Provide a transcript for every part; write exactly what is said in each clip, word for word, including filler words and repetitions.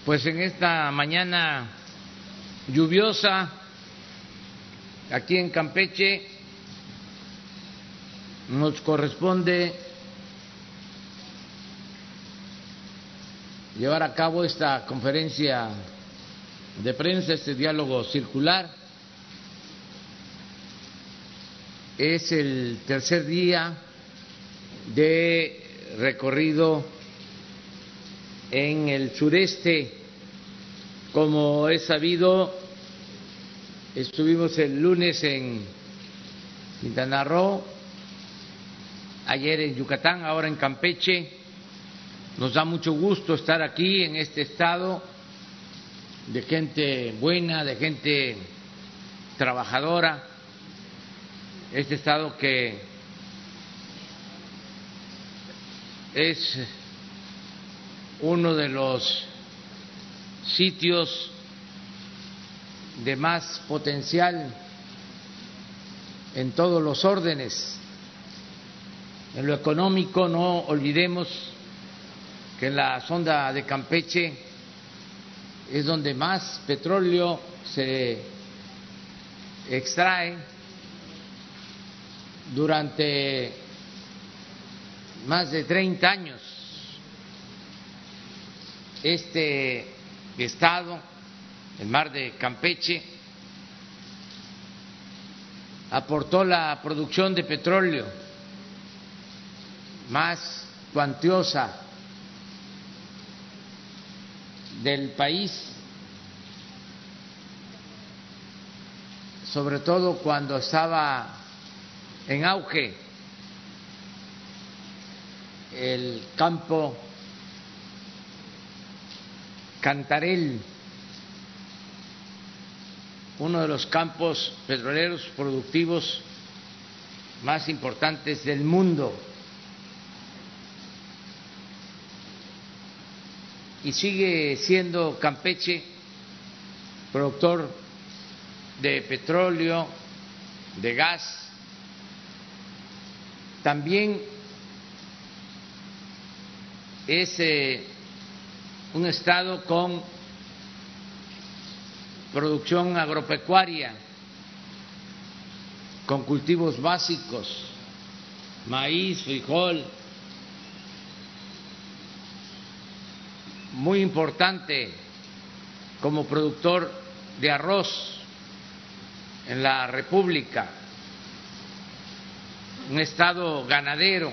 Pues en esta mañana lluviosa aquí en Campeche nos corresponde llevar a cabo esta conferencia de prensa, este diálogo circular. Es el tercer día de recorrido en el sureste. Como es sabido, estuvimos el lunes en Quintana Roo, ayer en Yucatán, ahora en Campeche. Nos da mucho gusto estar aquí en este estado de gente buena, de gente trabajadora, este estado que es uno de los sitios de más potencial en todos los órdenes. En lo económico, no olvidemos que en la sonda de Campeche es donde más petróleo se extrae. Durante más de treinta años este estado, el mar de Campeche, aportó la producción de petróleo más cuantiosa del país, sobre todo cuando estaba en auge el campo Cantarell, uno de los campos petroleros productivos más importantes del mundo. Y sigue siendo Campeche productor de petróleo, de gas. También es eh, un estado con producción agropecuaria, con cultivos básicos, maíz, frijol, muy importante como productor de arroz en la República, un estado ganadero,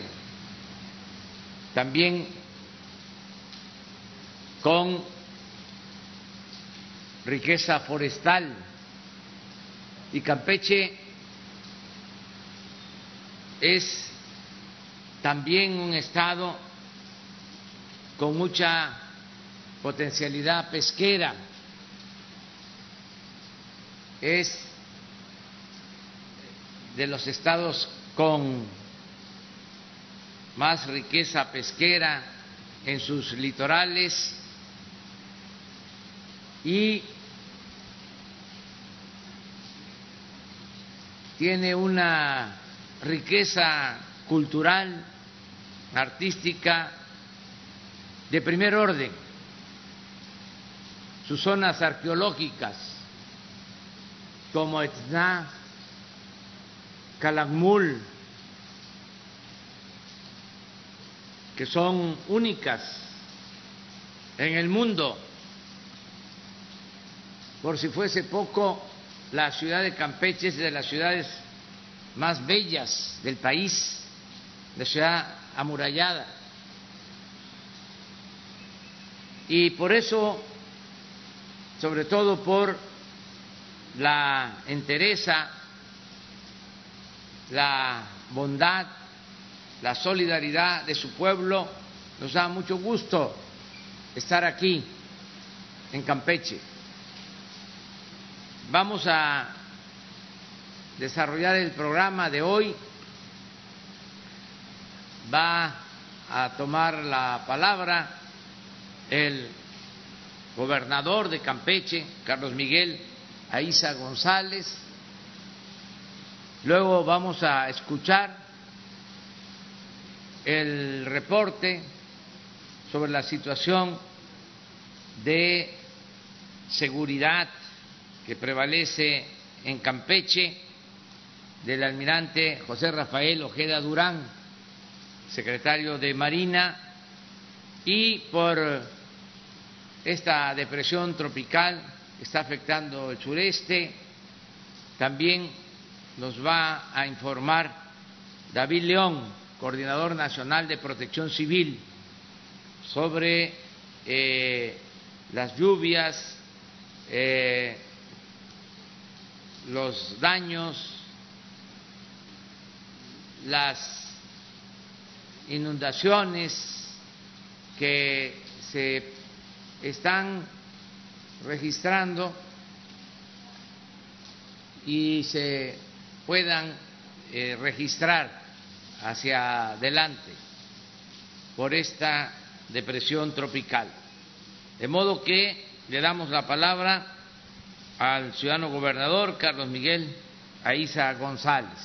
también con riqueza forestal. Y Campeche es también un estado con mucha potencialidad pesquera, es de los estados con más riqueza pesquera en sus litorales y tiene una riqueza cultural, artística de primer orden. Sus zonas arqueológicas como Etná, Calakmul, que son únicas en el mundo. Por si fuese poco, la ciudad de Campeche es de las ciudades más bellas del país, la ciudad amurallada. Y por eso, sobre todo por la entereza, la bondad, la solidaridad de su pueblo, nos da mucho gusto estar aquí en Campeche. Vamos a desarrollar el programa de hoy. Va a tomar la palabra el gobernador de Campeche, Carlos Miguel Aiza González. Luego vamos a escuchar el reporte sobre la situación de seguridad que prevalece en Campeche, del almirante José Rafael Ojeda Durán, secretario de Marina, y por esta depresión tropical que está afectando el sureste. También nos va a informar David León, coordinador nacional de Protección Civil, sobre eh, las lluvias, eh, los daños, las inundaciones que se están registrando y se puedan eh, registrar hacia adelante por esta depresión tropical. De modo que le damos la palabra al ciudadano gobernador Carlos Miguel Aiza González.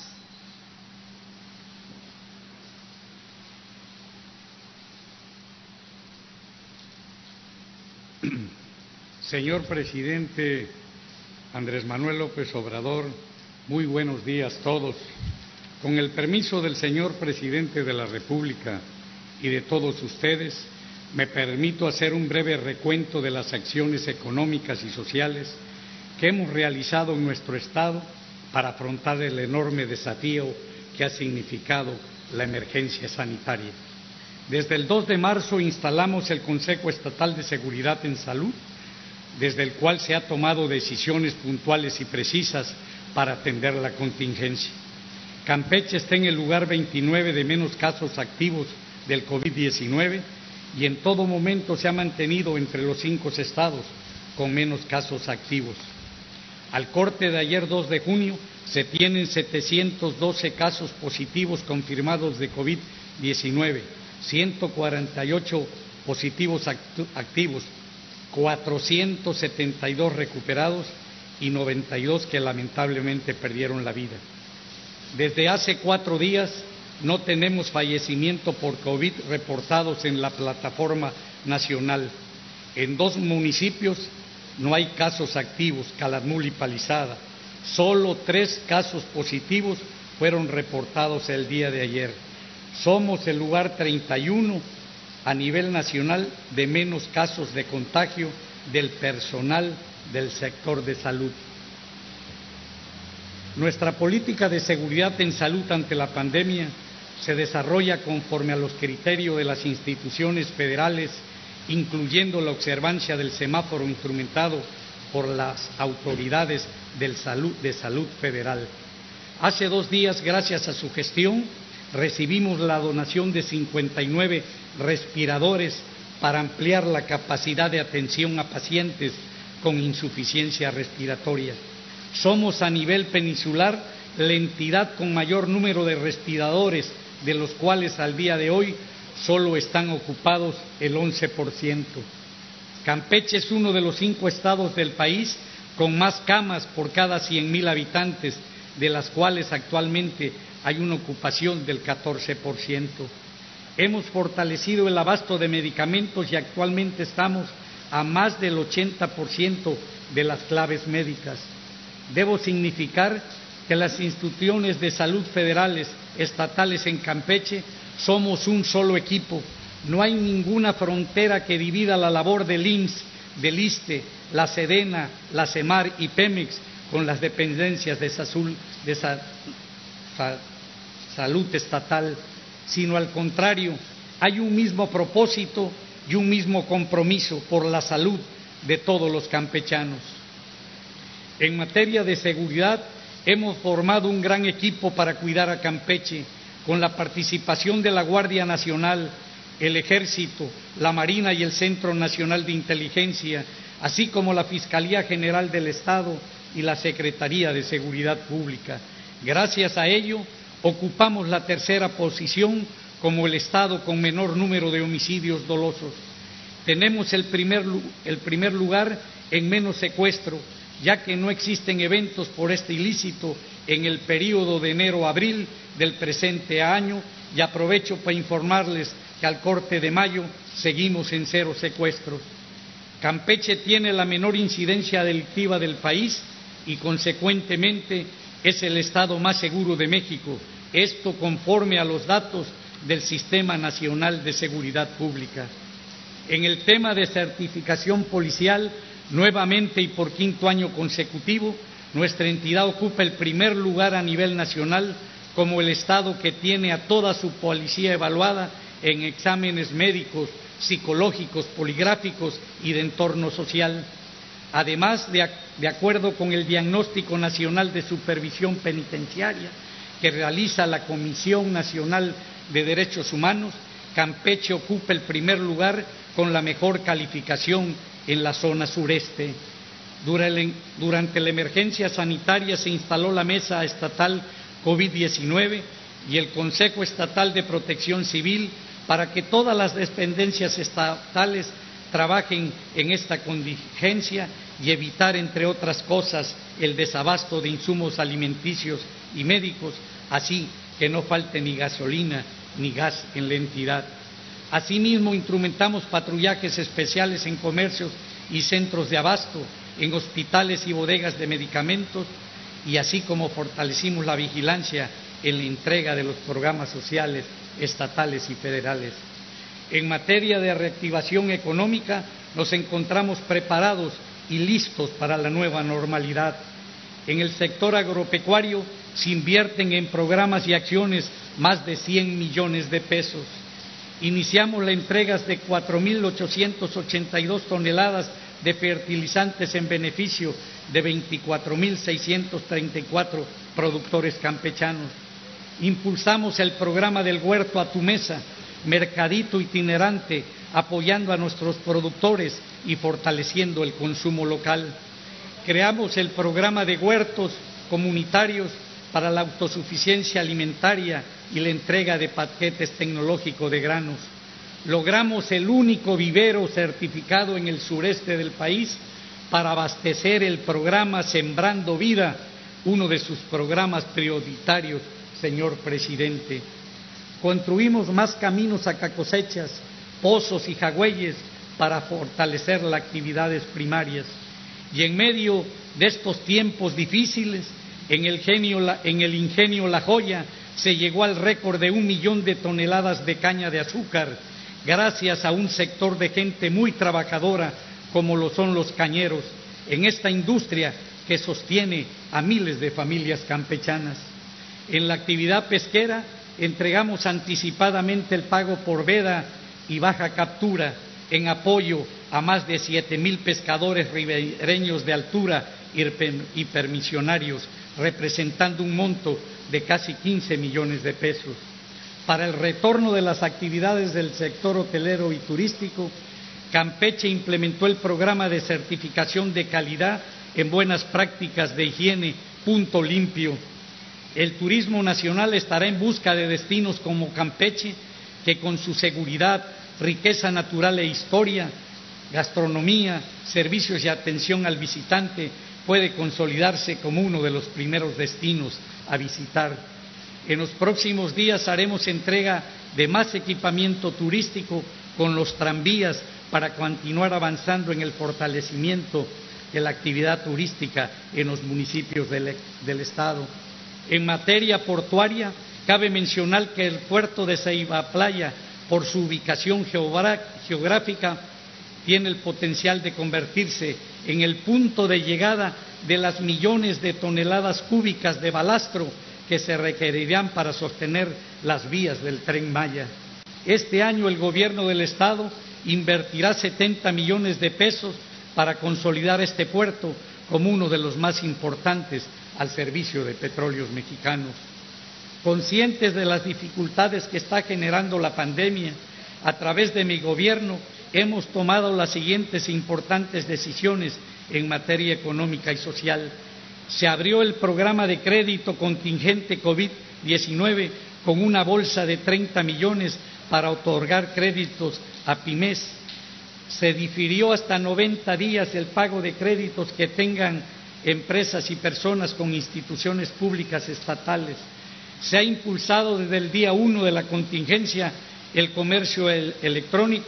Señor presidente Andrés Manuel López Obrador, muy buenos días todos. Con el permiso del señor presidente de la República y de todos ustedes, me permito hacer un breve recuento de las acciones económicas y sociales que hemos realizado en nuestro Estado para afrontar el enorme desafío que ha significado la emergencia sanitaria. Desde el dos de marzo instalamos el Consejo Estatal de Seguridad en Salud, desde el cual se ha tomado decisiones puntuales y precisas para atender la contingencia. Campeche está en el lugar veintinueve de menos casos activos del COVID diecinueve y en todo momento se ha mantenido entre los cinco estados con menos casos activos. Al corte de ayer dos de junio se tienen setecientos doce casos positivos confirmados de COVID diecinueve, ciento cuarenta y ocho positivos activos, cuatrocientos setenta y dos recuperados y noventa y dos que lamentablemente perdieron la vida. Desde hace cuatro días no tenemos fallecimiento por COVID reportados en la plataforma nacional. En dos municipios no hay casos activos, Calakmul y Palizada. Solo tres casos positivos fueron reportados el día de ayer. Somos el lugar treinta y uno a nivel nacional de menos casos de contagio del personal del sector de salud. Nuestra política de seguridad en salud ante la pandemia se desarrolla conforme a los criterios de las instituciones federales, incluyendo la observancia del semáforo instrumentado por las autoridades del salud, de salud federal. Hace dos días, gracias a su gestión, recibimos la donación de cincuenta y nueve respiradores para ampliar la capacidad de atención a pacientes con insuficiencia respiratoria. Somos a nivel peninsular la entidad con mayor número de respiradores, de los cuales al día de hoy solo están ocupados el once por ciento. Campeche es uno de los cinco estados del país con más camas por cada cien mil habitantes, de las cuales actualmente hay una ocupación del catorce por ciento. Hemos fortalecido el abasto de medicamentos y actualmente estamos a más del ochenta por ciento de las claves médicas. Debo significar que las instituciones de salud federales, estatales en Campeche, somos un solo equipo. No hay ninguna frontera que divida la labor del I M S S, del ISSSTE, la SEDENA, la CEMAR y Pemex con las dependencias de, Sazul, de sa, sa, salud estatal, sino al contrario, hay un mismo propósito y un mismo compromiso por la salud de todos los campechanos. En materia de seguridad, hemos formado un gran equipo para cuidar a Campeche, con la participación de la Guardia Nacional, el Ejército, la Marina y el Centro Nacional de Inteligencia, así como la Fiscalía General del Estado y la Secretaría de Seguridad Pública. Gracias a ello, ocupamos la tercera posición como el Estado con menor número de homicidios dolosos. Tenemos el primer, el primer lugar en menos secuestro, ya que no existen eventos por este ilícito en el período de enero a abril del presente año, y aprovecho para informarles que al corte de mayo seguimos en cero secuestros. Campeche tiene la menor incidencia delictiva del país y, consecuentemente, es el estado más seguro de México, esto conforme a los datos del Sistema Nacional de Seguridad Pública. En el tema de certificación policial, nuevamente y por quinto año consecutivo, nuestra entidad ocupa el primer lugar a nivel nacional como el estado que tiene a toda su policía evaluada en exámenes médicos, psicológicos, poligráficos y de entorno social. Además, de, de acuerdo con el Diagnóstico Nacional de Supervisión Penitenciaria que realiza la Comisión Nacional de Derechos Humanos, Campeche ocupa el primer lugar con la mejor calificación en la zona sureste. Durante la emergencia sanitaria se instaló la Mesa Estatal COVID diecinueve y el Consejo Estatal de Protección Civil para que todas las dependencias estatales trabajen en esta contingencia y evitar, entre otras cosas, el desabasto de insumos alimenticios y médicos, así que no falte ni gasolina ni gas en la entidad. Asimismo, instrumentamos patrullajes especiales en comercios y centros de abasto, en hospitales y bodegas de medicamentos, y así como fortalecimos la vigilancia en la entrega de los programas sociales estatales y federales. En materia de reactivación económica, nos encontramos preparados y listos para la nueva normalidad. En el sector agropecuario se invierten en programas y acciones más de cien millones de pesos. Iniciamos la entrega de cuatro mil ochocientas ochenta y dos toneladas de fertilizantes en beneficio de veinticuatro mil seiscientos treinta y cuatro productores campechanos. Impulsamos el programa del Huerto a tu Mesa, mercadito itinerante, apoyando a nuestros productores y fortaleciendo el consumo local. Creamos el programa de huertos comunitarios para la autosuficiencia alimentaria y la entrega de paquetes tecnológicos de granos. Logramos el único vivero certificado en el sureste del país para abastecer el programa Sembrando Vida, uno de sus programas prioritarios, señor presidente. Construimos más caminos a cosechas, pozos y jagüeyes para fortalecer las actividades primarias. Y en medio de estos tiempos difíciles, en el, genio, en el ingenio La Joya se llegó al récord de un millón de toneladas de caña de azúcar, gracias a un sector de gente muy trabajadora como lo son los cañeros, en esta industria que sostiene a miles de familias campechanas. En la actividad pesquera entregamos anticipadamente el pago por veda y baja captura en apoyo a más de siete mil pescadores ribereños de altura y permisionarios, representando un monto de casi quince millones de pesos. Para el retorno de las actividades del sector hotelero y turístico, Campeche implementó el programa de certificación de calidad en buenas prácticas de higiene Punto Limpio. El turismo nacional estará en busca de destinos como Campeche, que con su seguridad, riqueza natural e historia, gastronomía, servicios y atención al visitante, puede consolidarse como uno de los primeros destinos a visitar. En los próximos días haremos entrega de más equipamiento turístico con los tranvías para continuar avanzando en el fortalecimiento de la actividad turística en los municipios del, del estado. En materia portuaria, cabe mencionar que el puerto de Ceiba Playa, por su ubicación geográfica, tiene el potencial de convertirse en el punto de llegada de las millones de toneladas cúbicas de balastro que se requerirán para sostener las vías del Tren Maya. Este año el gobierno del estado invertirá setenta millones de pesos para consolidar este puerto como uno de los más importantes al servicio de Petróleos Mexicanos. Conscientes de las dificultades que está generando la pandemia, a través de mi gobierno hemos tomado las siguientes importantes decisiones en materia económica y social. Se abrió el programa de crédito contingente COVID diecinueve con una bolsa de treinta millones para otorgar créditos a pymes. Se difirió hasta noventa días el pago de créditos que tengan empresas y personas con instituciones públicas estatales. Se ha impulsado desde el día uno de la contingencia el comercio el, electrónico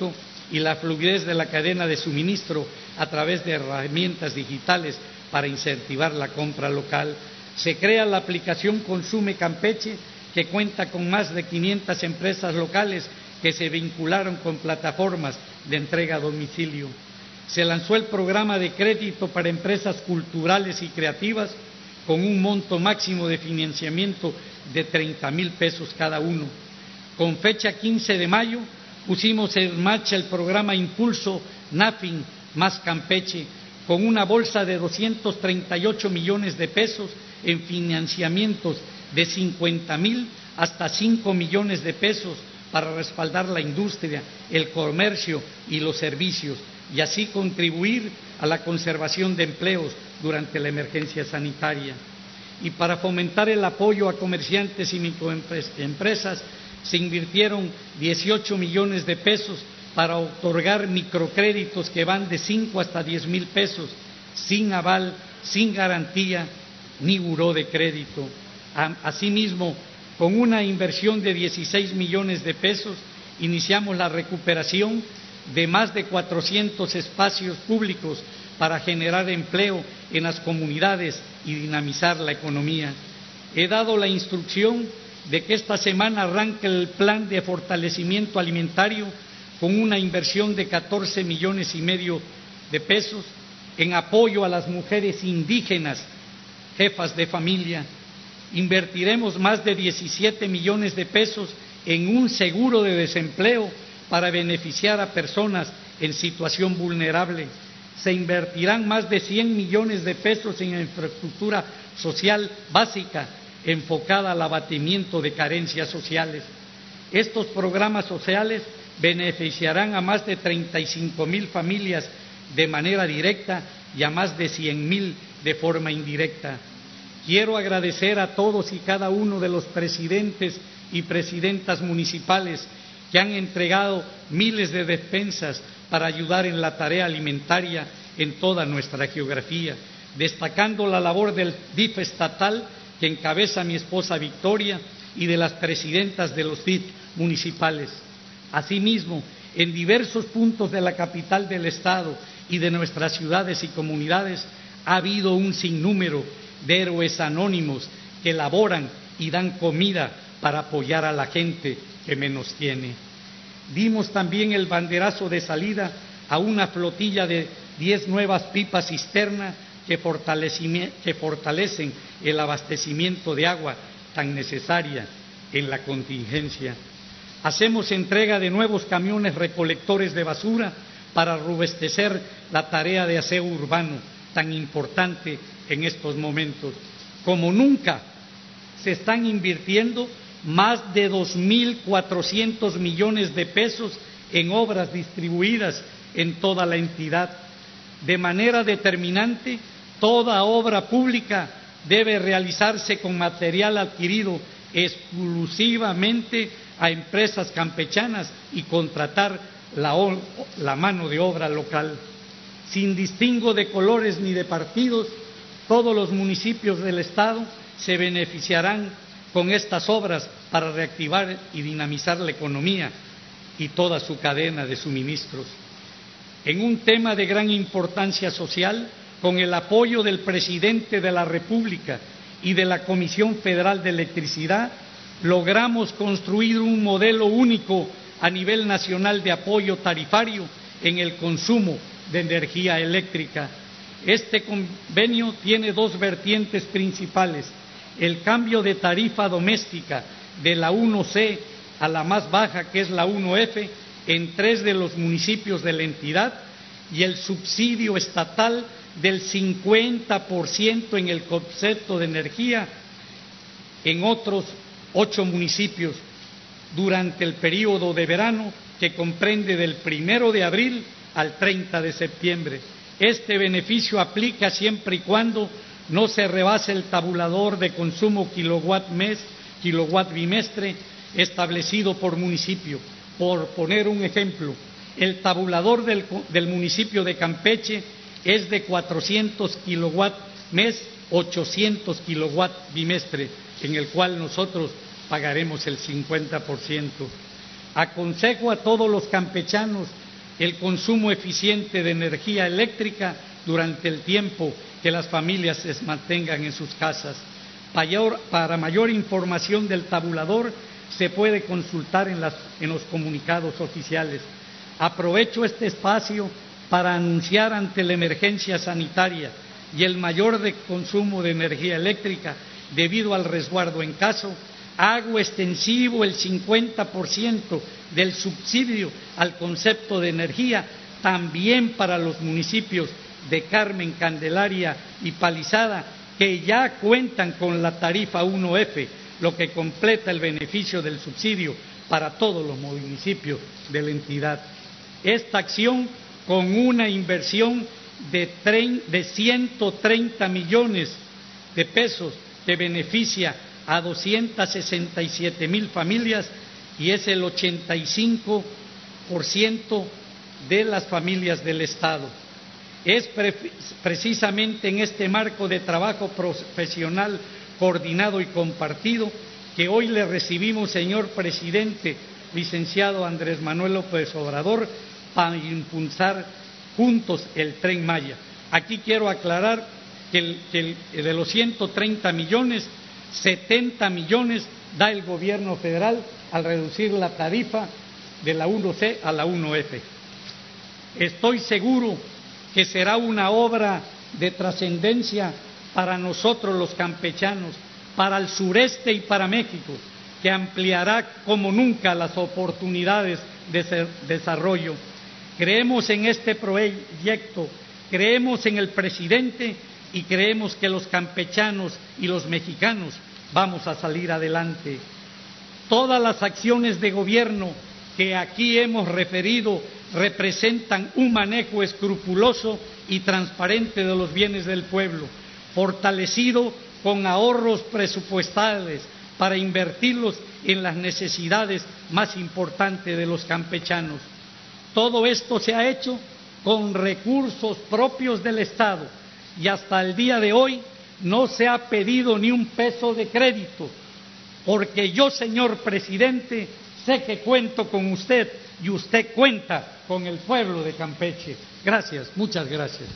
y la fluidez de la cadena de suministro a través de herramientas digitales para incentivar la compra local. Se crea la aplicación Consume Campeche, que cuenta con más de quinientas empresas locales que se vincularon con plataformas de entrega a domicilio. Se lanzó el programa de crédito para empresas culturales y creativas con un monto máximo de financiamiento de treinta mil pesos cada uno. Con fecha quince de mayo pusimos en marcha el programa Impulso NAFIN más Campeche, con una bolsa de doscientos treinta y ocho millones de pesos en financiamientos de cincuenta mil hasta cinco millones de pesos para respaldar la industria, el comercio y los servicios, y así contribuir a la conservación de empleos durante la emergencia sanitaria. Y para fomentar el apoyo a comerciantes y microempresas, se invirtieron dieciocho millones de pesos para otorgar microcréditos que van de cinco hasta diez mil pesos, sin aval, sin garantía ni buró de crédito. Asimismo, con una inversión de dieciséis millones de pesos, iniciamos la recuperación de más de cuatrocientos espacios públicos para generar empleo en las comunidades y dinamizar la economía. He dado la instrucción de que esta semana arranque el plan de fortalecimiento alimentario con una inversión de catorce millones y medio de pesos en apoyo a las mujeres indígenas, jefas de familia. Invertiremos más de diecisiete millones de pesos en un seguro de desempleo para beneficiar a personas en situación vulnerable. Se invertirán más de cien millones de pesos en infraestructura social básica enfocada al abatimiento de carencias sociales. Estos programas sociales beneficiarán a más de treinta y cinco mil familias de manera directa y a más de cien mil de forma indirecta. Quiero agradecer a todos y cada uno de los presidentes y presidentas municipales que han entregado miles de despensas para ayudar en la tarea alimentaria en toda nuestra geografía, destacando la labor del D I F estatal que encabeza mi esposa Victoria y de las presidentas de los D I F municipales. Asimismo, en diversos puntos de la capital del Estado y de nuestras ciudades y comunidades ha habido un sinnúmero de héroes anónimos que laboran y dan comida para apoyar a la gente que menos tiene. Dimos también el banderazo de salida a una flotilla de diez nuevas pipas cisterna que, que fortalecen el abastecimiento de agua tan necesaria en la contingencia. Hacemos entrega de nuevos camiones recolectores de basura para robustecer la tarea de aseo urbano tan importante en estos momentos. Como nunca se están invirtiendo más de dos mil cuatrocientos millones de pesos en obras distribuidas en toda la entidad. De manera determinante, toda obra pública debe realizarse con material adquirido exclusivamente a empresas campechanas y contratar la, la mano de obra local. Sin distingo de colores ni de partidos, todos los municipios del Estado se beneficiarán con estas obras para reactivar y dinamizar la economía y toda su cadena de suministros. En un tema de gran importancia social, con el apoyo del Presidente de la República y de la Comisión Federal de Electricidad, logramos construir un modelo único a nivel nacional de apoyo tarifario en el consumo de energía eléctrica. Este convenio tiene dos vertientes principales: el cambio de tarifa doméstica de la uno ce a la más baja, que es la uno efe, en tres de los municipios de la entidad, y el subsidio estatal del cincuenta por ciento en el concepto de energía en otros ocho municipios durante el periodo de verano, que comprende del primero de abril al treinta de septiembre. Este beneficio aplica siempre y cuando no se rebase el tabulador de consumo kilowatt mes, kilowatt bimestre establecido por municipio. Por poner un ejemplo, el tabulador del, del municipio de Campeche es de cuatrocientos kilowatt mes, ochocientos kilowatt bimestre, en el cual nosotros pagaremos el cincuenta por ciento. Aconsejo a todos los campechanos el consumo eficiente de energía eléctrica durante el tiempo que las familias se mantengan en sus casas. Mayor, para mayor información del tabulador se puede consultar en, las, en los comunicados oficiales. Aprovecho este espacio para anunciar ante la emergencia sanitaria y el mayor de consumo de energía eléctrica debido al resguardo en caso, hago extensivo el cincuenta por ciento del subsidio al concepto de energía también para los municipios de Carmen, Candelaria y Palizada, que ya cuentan con la tarifa uno F, lo que completa el beneficio del subsidio para todos los municipios de la entidad. Esta acción, con una inversión de, de ciento treinta millones de pesos, que beneficia a doscientas sesenta y siete mil familias y es el ochenta y cinco por ciento de las familias del Estado. Es pre precisamente en este marco de trabajo profesional, coordinado y compartido que hoy le recibimos, señor presidente, licenciado Andrés Manuel López Obrador, para impulsar juntos el Tren Maya. Aquí quiero aclarar que, el, que el, de los ciento treinta millones, setenta millones da el gobierno federal al reducir la tarifa de la uno C a la uno F. Estoy seguro que será una obra de trascendencia para nosotros los campechanos, para el sureste y para México, que ampliará como nunca las oportunidades de desarrollo. Creemos en este proyecto, creemos en el presidente y creemos que los campechanos y los mexicanos vamos a salir adelante. Todas las acciones de gobierno que aquí hemos referido representan un manejo escrupuloso y transparente de los bienes del pueblo, fortalecido con ahorros presupuestales para invertirlos en las necesidades más importantes de los campechanos. Todo esto se ha hecho con recursos propios del Estado y hasta el día de hoy no se ha pedido ni un peso de crédito, porque yo, señor presidente, sé que cuento con usted y usted cuenta con el pueblo de Campeche. Gracias, muchas gracias.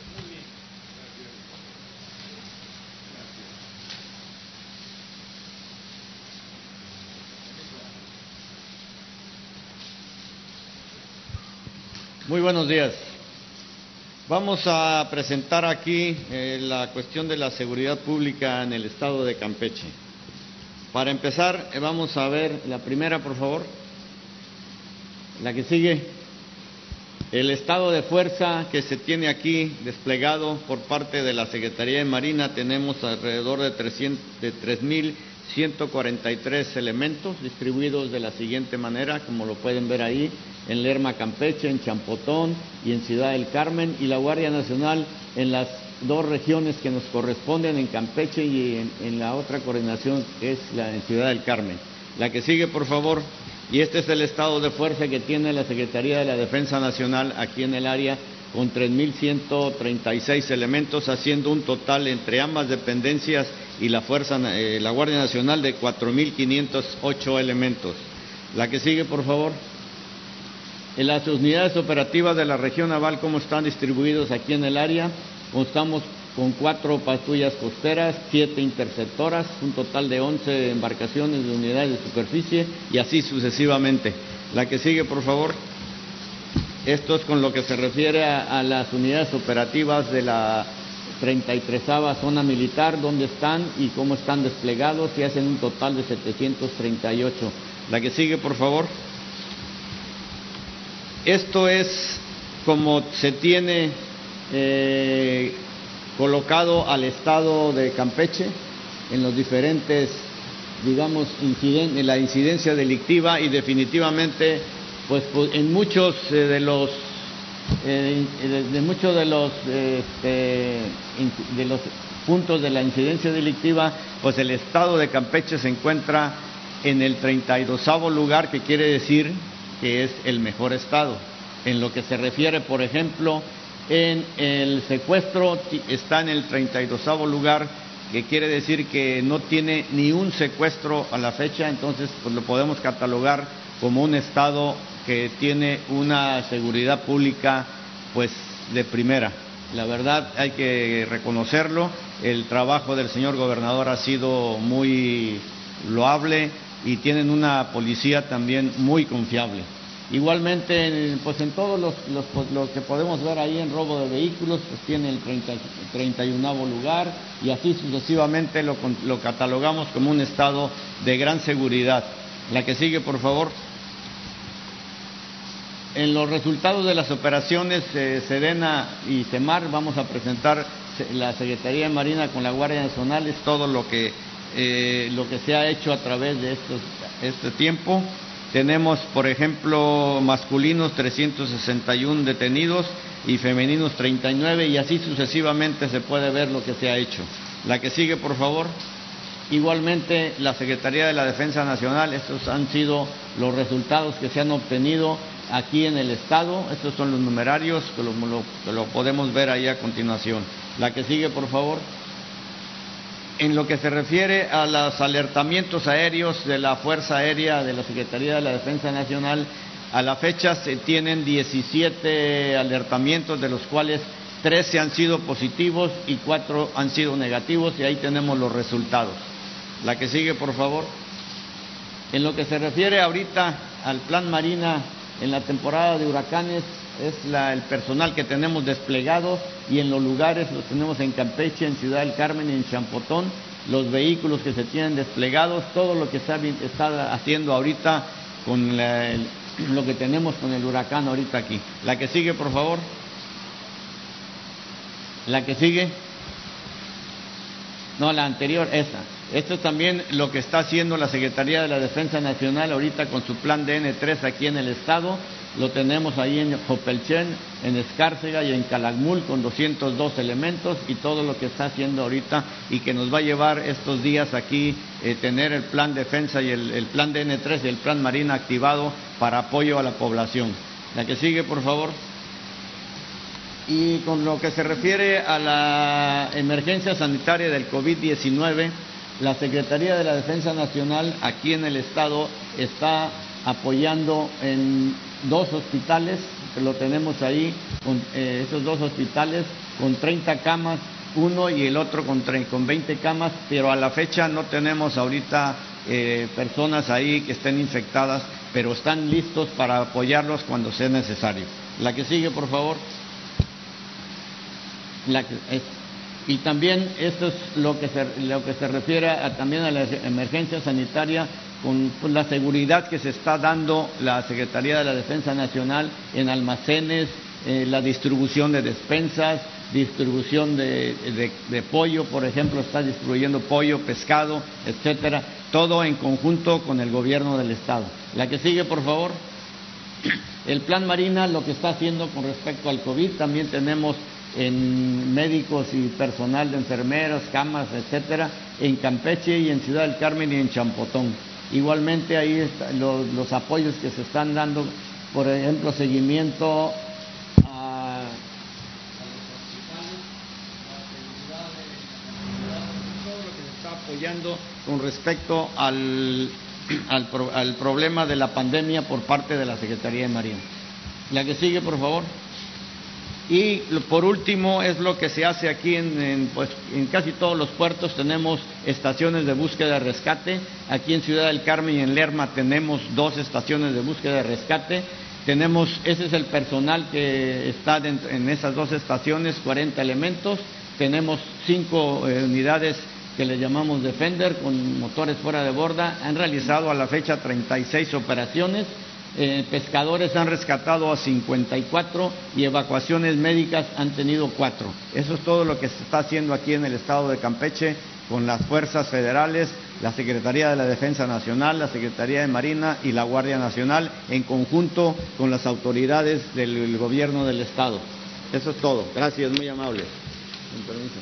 Muy buenos días. Vamos a presentar aquí eh, la cuestión de la seguridad pública en el estado de Campeche. Para empezar, eh, vamos a ver la primera, por favor. La que sigue. El estado de fuerza que se tiene aquí desplegado por parte de la Secretaría de Marina, tenemos alrededor de, de tres mil ciento cuarenta y tres elementos distribuidos de la siguiente manera, como lo pueden ver ahí, en Lerma, Campeche, en Champotón y en Ciudad del Carmen, y la Guardia Nacional en las dos regiones que nos corresponden, en Campeche y en, en la otra coordinación que es la en Ciudad del Carmen. La que sigue, por favor. Y este es el estado de fuerza que tiene la Secretaría de la Defensa Nacional aquí en el área, con tres mil ciento treinta y seis elementos, haciendo un total entre ambas dependencias y la fuerza, eh, la Guardia Nacional, de cuatro mil quinientos ocho elementos. La que sigue, por favor. En las unidades operativas de la región naval, ¿cómo están distribuidos aquí en el área? Contamos con cuatro patrullas costeras, siete interceptoras, un total de once embarcaciones de unidades de superficie y así sucesivamente. La que sigue, por favor. Esto es con lo que se refiere a, a las unidades operativas de la treinta y tercera zona militar, dónde están y cómo están desplegados, y hacen un total de setecientos treinta y ocho. La que sigue, por favor. Esto es como se tiene eh, colocado al estado de Campeche en los diferentes, digamos, inciden, en la incidencia delictiva, y definitivamente, pues, pues en muchos eh, de los eh, de, de muchos de los eh, este, de los puntos de la incidencia delictiva, pues el estado de Campeche se encuentra en el treinta y dosavo lugar, que quiere decir que es el mejor estado. En lo que se refiere, por ejemplo, en el secuestro, está en el treinta y dosavo lugar, que quiere decir que no tiene ni un secuestro a la fecha, entonces pues lo podemos catalogar como un estado que tiene una seguridad pública pues de primera. La verdad hay que reconocerlo, el trabajo del señor gobernador ha sido muy loable y tienen una policía también muy confiable. Igualmente, pues en todos los, los, los que podemos ver ahí en robo de vehículos, pues tiene el treinta y uno lugar y así sucesivamente lo, lo catalogamos como un estado de gran seguridad. La que sigue, por favor. En los resultados de las operaciones eh, Sedena y Semar vamos a presentar la Secretaría de Marina con la Guardia Nacional, es todo lo que, eh, lo que se ha hecho a través de estos, este tiempo. Tenemos, por ejemplo, masculinos trescientos sesenta y uno detenidos y femeninos treinta y nueve y así sucesivamente se puede ver lo que se ha hecho. La que sigue, por favor. Igualmente, la Secretaría de la Defensa Nacional, estos han sido los resultados que se han obtenido aquí en el Estado. Estos son los numerarios, que lo, lo, que lo podemos ver ahí a continuación. La que sigue, por favor. En lo que se refiere a los alertamientos aéreos de la Fuerza Aérea de la Secretaría de la Defensa Nacional, a la fecha se tienen diecisiete alertamientos, de los cuales trece han sido positivos y cuatro han sido negativos, y ahí tenemos los resultados. La que sigue, por favor. En lo que se refiere ahorita al Plan Marina en la temporada de huracanes, es la, el personal que tenemos desplegado y en los lugares los tenemos en Campeche, en Ciudad del Carmen y en Champotón, los vehículos que se tienen desplegados, todo lo que está, está haciendo ahorita con la, el, lo que tenemos con el huracán ahorita aquí. La que sigue, por favor. La que sigue. No, la anterior, esa. Esto es también lo que está haciendo la Secretaría de la Defensa Nacional ahorita con su plan D N tres aquí en el Estado. Lo tenemos ahí en Jopelchen, en Escárcega y en Calakmul con doscientos dos elementos y todo lo que está haciendo ahorita y que nos va a llevar estos días aquí eh, tener el plan defensa y el, el plan D N tres y el plan Marina activado para apoyo a la población. La que sigue, por favor. Y con lo que se refiere a la emergencia sanitaria del COVID diecinueve, la Secretaría de la Defensa Nacional aquí en el Estado está apoyando en dos hospitales, que lo tenemos ahí, con, eh, esos dos hospitales con treinta camas, uno y el otro con, con veinte camas, pero a la fecha no tenemos ahorita eh, personas ahí que estén infectadas, pero están listos para apoyarlos cuando sea necesario. La que sigue, por favor. La que, es, y también esto es lo que se, lo que se refiere a, también a la emergencia sanitaria con pues, la seguridad que se está dando la Secretaría de la Defensa Nacional en almacenes, eh, la distribución de despensas, distribución de, de, de pollo, por ejemplo, está distribuyendo pollo, pescado, etcétera, todo en conjunto con el gobierno del Estado. La que sigue, por favor. El Plan Marina, lo que está haciendo con respecto al COVID, también tenemos en médicos y personal de enfermeros, camas, etcétera, en Campeche y en Ciudad del Carmen y en Champotón. Igualmente ahí está, los, los apoyos que se están dando, por ejemplo, seguimiento a, a los hospitales, la seguridad de todo lo que se está apoyando con respecto al, al, pro, al problema de la pandemia por parte de la Secretaría de Marina. La que sigue, por favor. Y por último es lo que se hace aquí en, en, pues, en casi todos los puertos. Tenemos estaciones de búsqueda y rescate. Aquí en Ciudad del Carmen y en Lerma tenemos dos estaciones de búsqueda y rescate. Tenemos, ese es el personal que está dentro, en esas dos estaciones, cuarenta elementos. Tenemos cinco eh, unidades que le llamamos Defender con motores fuera de borda. Han realizado a la fecha treinta y seis operaciones. Eh, pescadores han rescatado a cincuenta y cuatro y evacuaciones médicas han tenido cuatro. Eso es todo lo que se está haciendo aquí en el estado de Campeche con las fuerzas federales, la Secretaría de la Defensa Nacional, la Secretaría de Marina y la Guardia Nacional en conjunto con las autoridades del gobierno del estado. Eso es todo. Gracias, muy amable. Con permiso.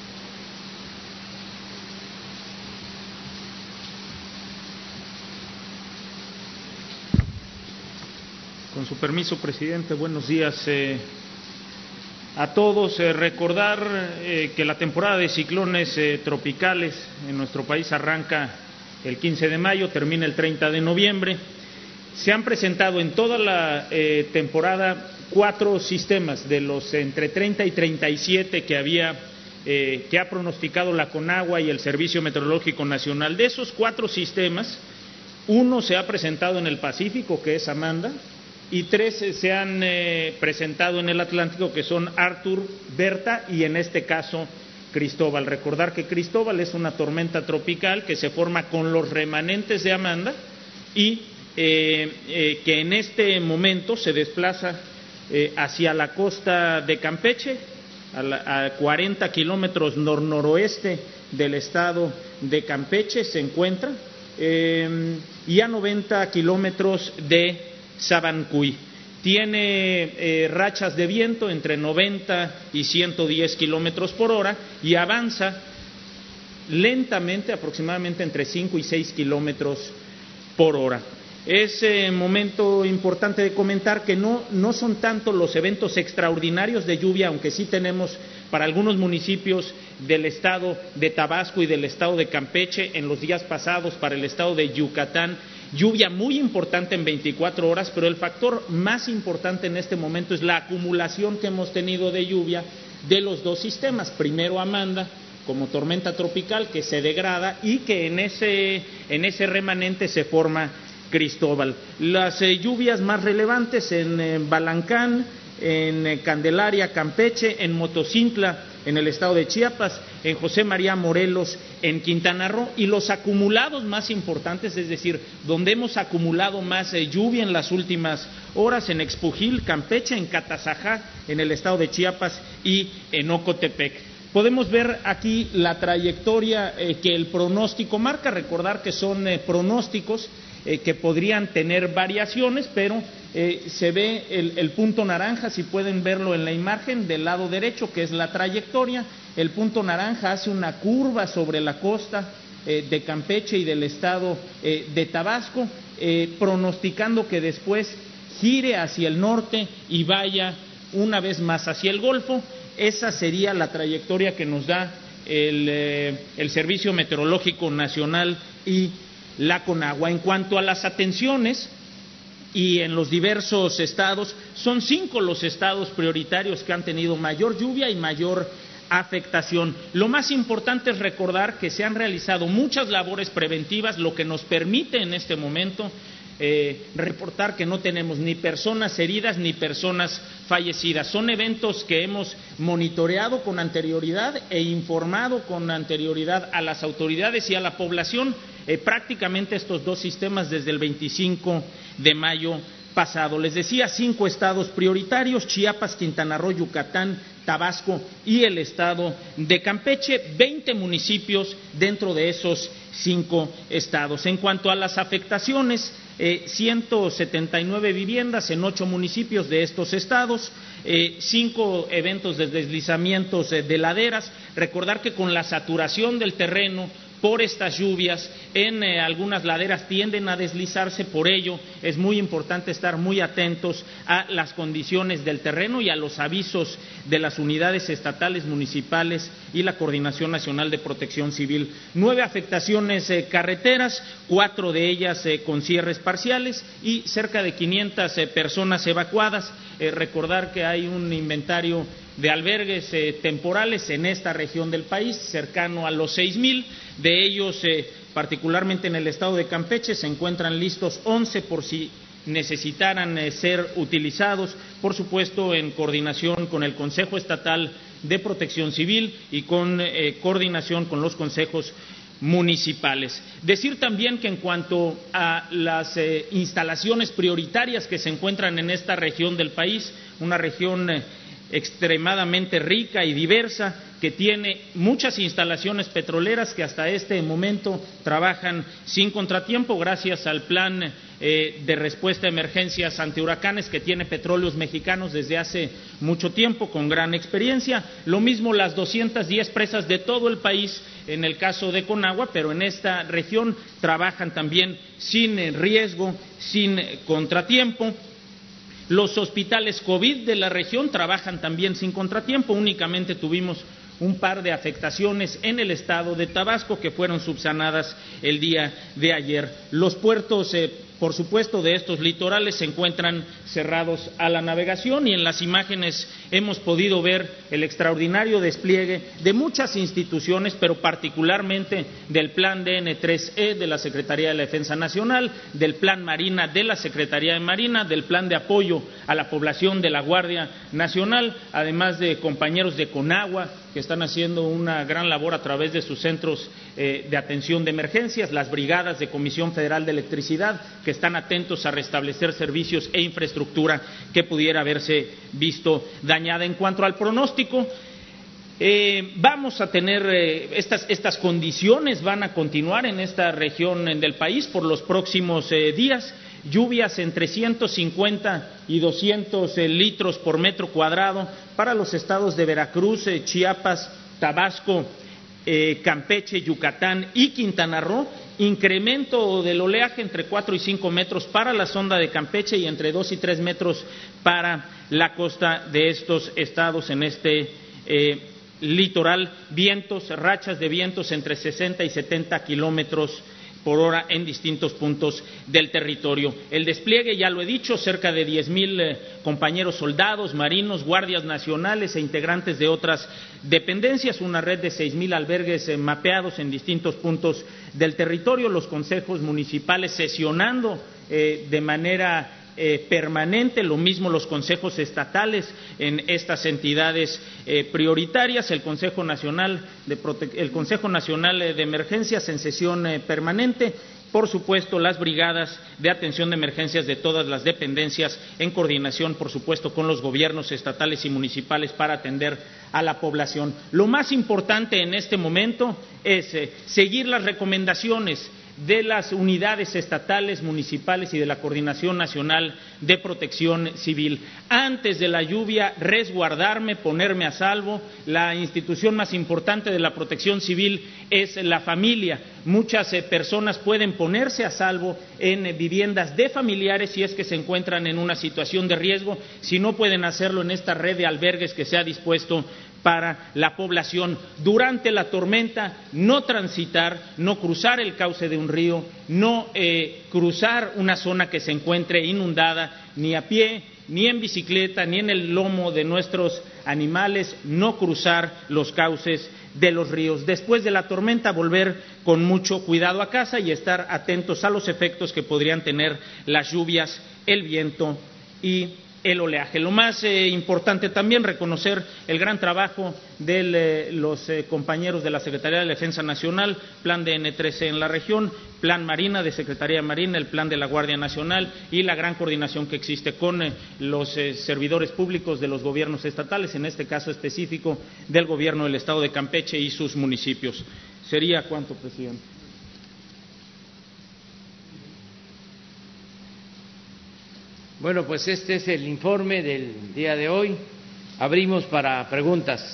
Con su permiso, presidente, buenos días eh, a todos. Eh, recordar eh, que la temporada de ciclones eh, tropicales en nuestro país arranca el quince de mayo, termina el treinta de noviembre se han presentado en toda la eh, temporada cuatro sistemas de los entre treinta y treinta y siete que había, eh, que ha pronosticado la Conagua y el Servicio Meteorológico Nacional. De esos cuatro sistemas, uno se ha presentado en el Pacífico, que es Amanda, y tres se han eh, presentado en el Atlántico, que son Arthur, Berta y en este caso Cristóbal. Recordar que Cristóbal es una tormenta tropical que se forma con los remanentes de Amanda y eh, eh, que en este momento se desplaza eh, hacia la costa de Campeche, a, la, a cuarenta kilómetros nor-noroeste del estado de Campeche se encuentra, eh, y a noventa kilómetros de Sabancuy. Tiene eh, rachas de viento entre noventa y ciento diez kilómetros por hora y avanza lentamente, aproximadamente entre cinco y seis kilómetros por hora. Es eh, momento importante de comentar que no, no son tanto los eventos extraordinarios de lluvia, aunque sí tenemos para algunos municipios del estado de Tabasco y del estado de Campeche en los días pasados, para el estado de Yucatán, lluvia muy importante en veinticuatro horas, pero el factor más importante en este momento es la acumulación que hemos tenido de lluvia de los dos sistemas. Primero Amanda, como tormenta tropical que se degrada y que en ese, en ese remanente se forma Cristóbal. Las eh, lluvias más relevantes en eh, Balancán, en eh, Candelaria, Campeche, en Motocintla, en el estado de Chiapas, en José María Morelos, en Quintana Roo, y los acumulados más importantes, es decir, donde hemos acumulado más eh, lluvia en las últimas horas, en Expujil, Campeche, en Catazajá, en el estado de Chiapas y en Ocotepec. Podemos ver aquí la trayectoria eh, que el pronóstico marca. Recordar que son eh, pronósticos eh, que podrían tener variaciones, pero eh, se ve el, el punto naranja, si pueden verlo en la imagen del lado derecho, que es la trayectoria. El punto naranja hace una curva sobre la costa eh, de Campeche y del estado eh, de Tabasco, eh, pronosticando que después gire hacia el norte y vaya una vez más hacia el Golfo. Esa sería la trayectoria que nos da el, eh, el Servicio Meteorológico Nacional y la Conagua. En cuanto a las atenciones, y en los diversos estados, son cinco los estados prioritarios que han tenido mayor lluvia y mayor afectación. Lo más importante es recordar que se han realizado muchas labores preventivas, lo que nos permite en este momento Eh, reportar que no tenemos ni personas heridas ni personas fallecidas. Son eventos que hemos monitoreado con anterioridad e informado con anterioridad a las autoridades y a la población, eh, prácticamente estos dos sistemas desde el veinticinco de mayo pasado. Les decía, cinco estados prioritarios: Chiapas, Quintana Roo, Yucatán, Tabasco y el estado de Campeche, veinte municipios dentro de esos cinco estados. En cuanto a las afectaciones, eh, ciento setenta y nueve viviendas en ocho municipios de estos estados, eh, cinco eventos de deslizamientos eh, de laderas. Recordar que con la saturación del terreno por estas lluvias, en eh, algunas laderas tienden a deslizarse, por ello es muy importante estar muy atentos a las condiciones del terreno y a los avisos de las unidades estatales, municipales y la Coordinación Nacional de Protección Civil. Nueve afectaciones eh, carreteras, cuatro de ellas eh, con cierres parciales y cerca de quinientas eh, personas evacuadas. Eh, recordar que hay un inventario de albergues eh, temporales en esta región del país, cercano a los seis mil. De ellos, eh, particularmente en el estado de Campeche, se encuentran listos once por si necesitaran eh, ser utilizados, por supuesto en coordinación con el Consejo Estatal de Protección Civil y con eh, coordinación con los consejos municipales. Decir también que en cuanto a las eh, instalaciones prioritarias que se encuentran en esta región del país, una región eh, extremadamente rica y diversa, que tiene muchas instalaciones petroleras que hasta este momento trabajan sin contratiempo gracias al plan eh, de respuesta a emergencias ante huracanes que tiene Petróleos Mexicanos desde hace mucho tiempo, con gran experiencia. Lo mismo las doscientas diez presas de todo el país en el caso de Conagua, pero en esta región trabajan también sin eh, riesgo, sin eh, contratiempo. Los hospitales COVID de la región trabajan también sin contratiempo. Únicamente tuvimos un par de afectaciones en el estado de Tabasco que fueron subsanadas el día de ayer. Los puertos eh, por supuesto, de estos litorales se encuentran cerrados a la navegación, y en las imágenes hemos podido ver el extraordinario despliegue de muchas instituciones, pero particularmente del Plan D N tres E de la Secretaría de la Defensa Nacional, del Plan Marina de la Secretaría de Marina, del Plan de apoyo a la población de la Guardia Nacional, además de compañeros de Conagua, que están haciendo una gran labor a través de sus centros eh, de atención de emergencias, las brigadas de Comisión Federal de Electricidad, que están atentos a restablecer servicios e infraestructura que pudiera haberse visto dañada. En cuanto al pronóstico, eh, vamos a tener eh, estas, estas condiciones van a continuar en esta región del país por los próximos eh, días. Lluvias entre ciento cincuenta y doscientos eh, litros por metro cuadrado para los estados de Veracruz, eh, Chiapas, Tabasco, eh, Campeche, Yucatán y Quintana Roo. Incremento del oleaje entre cuatro y cinco metros para la sonda de Campeche y entre dos y tres metros para la costa de estos estados en este eh, litoral. Vientos, rachas de vientos entre sesenta y setenta kilómetros por hora en distintos puntos del territorio. El despliegue, ya lo he dicho, cerca de diez mil eh, compañeros soldados, marinos, guardias nacionales e integrantes de otras dependencias, una red de seis mil albergues eh, mapeados en distintos puntos del territorio, los consejos municipales sesionando eh, de manera Eh, permanente, lo mismo los consejos estatales en estas entidades eh, prioritarias, el Consejo Nacional de Prote- el Consejo Nacional de Emergencias en sesión eh, permanente, por supuesto las brigadas de atención de emergencias de todas las dependencias en coordinación, por supuesto, con los gobiernos estatales y municipales para atender a la población. Lo más importante en este momento es eh, seguir las recomendaciones de las unidades estatales, municipales y de la Coordinación Nacional de Protección Civil. Antes de la lluvia, resguardarme, ponerme a salvo. La institución más importante de la protección civil es la familia. Muchas eh, personas pueden ponerse a salvo en eh, viviendas de familiares si es que se encuentran en una situación de riesgo, si no pueden hacerlo en esta red de albergues que se ha dispuesto para la población. Durante la tormenta, no transitar, no cruzar el cauce de un río, no eh, cruzar una zona que se encuentre inundada, ni a pie, ni en bicicleta, ni en el lomo de nuestros animales, no cruzar los cauces de los ríos. Después de la tormenta, volver con mucho cuidado a casa y estar atentos a los efectos que podrían tener las lluvias, el viento y el oleaje. Lo más eh, importante también, reconocer el gran trabajo de eh, los eh, compañeros de la Secretaría de la Defensa Nacional, Plan D N tres E en la región, Plan Marina de Secretaría de Marina, el Plan de la Guardia Nacional y la gran coordinación que existe con eh, los eh, servidores públicos de los gobiernos estatales, en este caso específico del gobierno del Estado de Campeche y sus municipios. ¿Sería cuánto, presidente? Bueno, pues este es el informe del día de hoy. Abrimos para preguntas.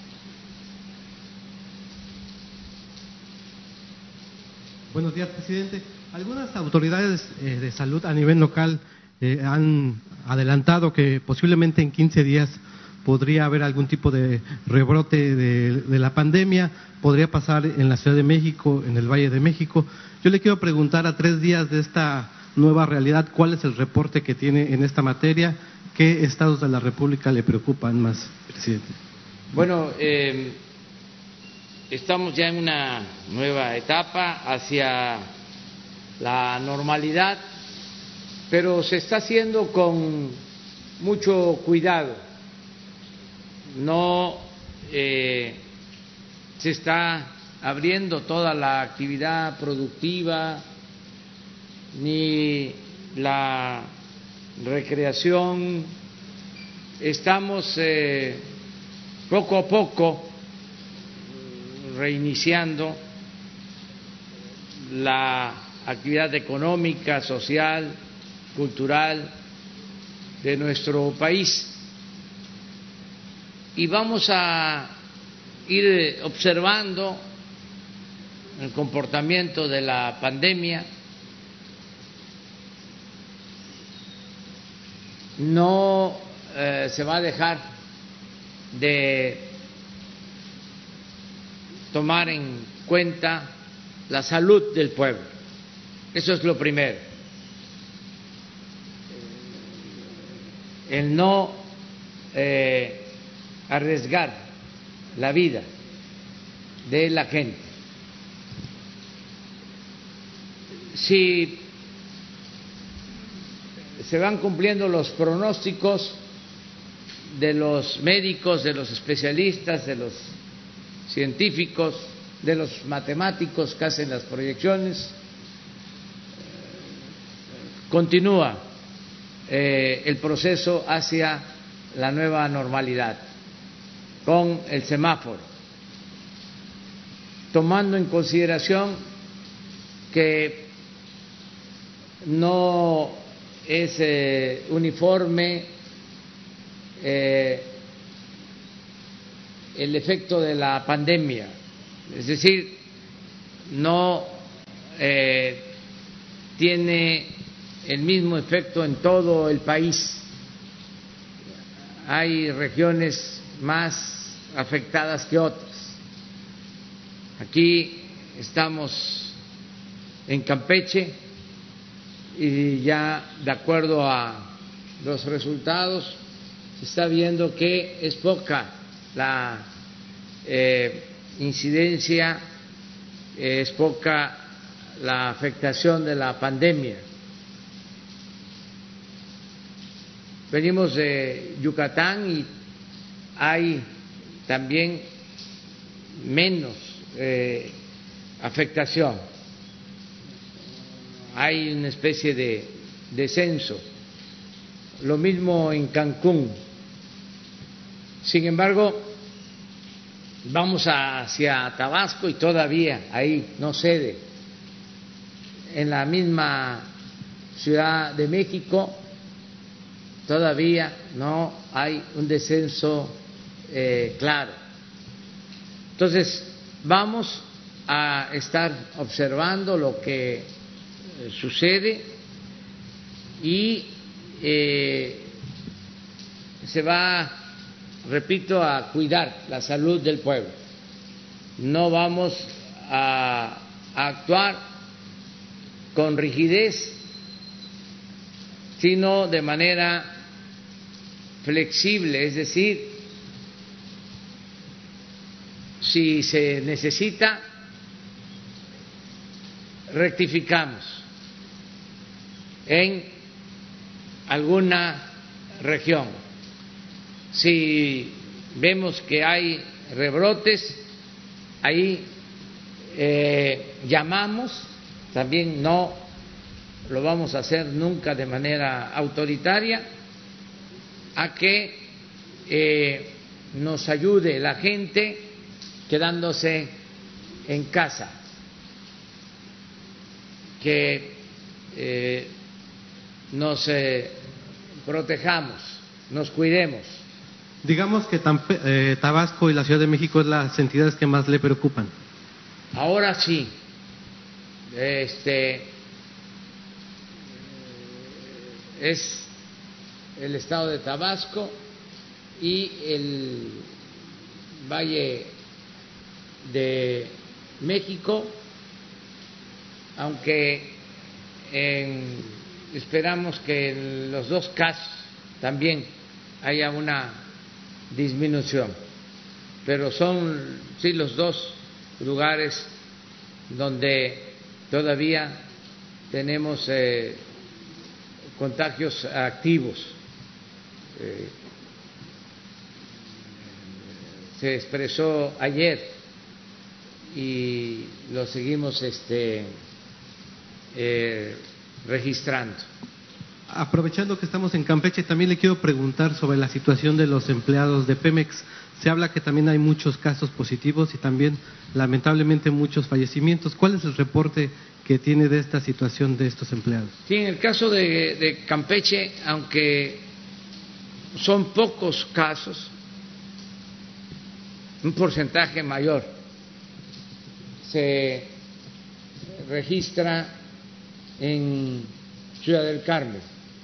Buenos días, presidente. Algunas autoridades eh, de salud a nivel local eh, han adelantado que posiblemente en quince días podría haber algún tipo de rebrote de, de la pandemia, podría pasar en la Ciudad de México, en el Valle de México. Yo le quiero preguntar, a tres días de esta nueva realidad, ¿cuál es el reporte que tiene en esta materia? ¿Qué estados de la República le preocupan más, presidente? Bueno, eh, estamos ya en una nueva etapa hacia la normalidad, pero se está haciendo con mucho cuidado. No eh, se está abriendo toda la actividad productiva ni la recreación. Estamos eh, poco a poco reiniciando la actividad económica, social, cultural de nuestro país, y vamos a ir observando el comportamiento de la pandemia. No eh, se va a dejar de tomar en cuenta la salud del pueblo. Eso es lo primero. el no eh, arriesgar la vida de la gente. Si se van cumpliendo los pronósticos de los médicos, de los especialistas, de los científicos, de los matemáticos que hacen las proyecciones, continúa eh, el proceso hacia la nueva normalidad con el semáforo, tomando en consideración que no es eh, uniforme eh, el efecto de la pandemia, es decir, no eh, tiene el mismo efecto en todo el país. Hay regiones más afectadas que otras. Aquí estamos en Campeche y ya de acuerdo a los resultados se está viendo que es poca la eh, incidencia, eh, es poca la afectación de la pandemia. Venimos de Yucatán y hay también menos eh, afectación, hay una especie de descenso, lo mismo en Cancún. Sin embargo, vamos hacia Tabasco y todavía ahí no cede. En la misma Ciudad de México todavía no hay un descenso eh, claro. Entonces, vamos a estar observando lo que eh, sucede y eh, se va, repito, a cuidar la salud del pueblo. No vamos a, a actuar con rigidez, sino de manera flexible, es decir, si se necesita, rectificamos en alguna región. Si vemos que hay rebrotes, ahí eh, llamamos, también no lo vamos a hacer nunca de manera autoritaria, a que eh, nos ayude la gente quedándose en casa, que eh, nos eh, protejamos, nos cuidemos. Digamos que Tampe- eh, Tabasco y la Ciudad de México es las entidades que más le preocupan. Ahora sí, este es el estado de Tabasco y el Valle de México, aunque en, esperamos que en los dos casos también haya una disminución, pero son sí los dos lugares donde todavía tenemos eh, contagios activos. Eh, se expresó ayer y lo seguimos este, eh, registrando. Aprovechando que estamos en Campeche, también le quiero preguntar sobre la situación de los empleados de Pemex. Se habla que también hay muchos casos positivos y también, lamentablemente, muchos fallecimientos. ¿Cuál es el reporte que tiene de esta situación de estos empleados? Sí, en el caso de, de Campeche, aunque son pocos casos, un porcentaje mayor se registra en Ciudad del Carmen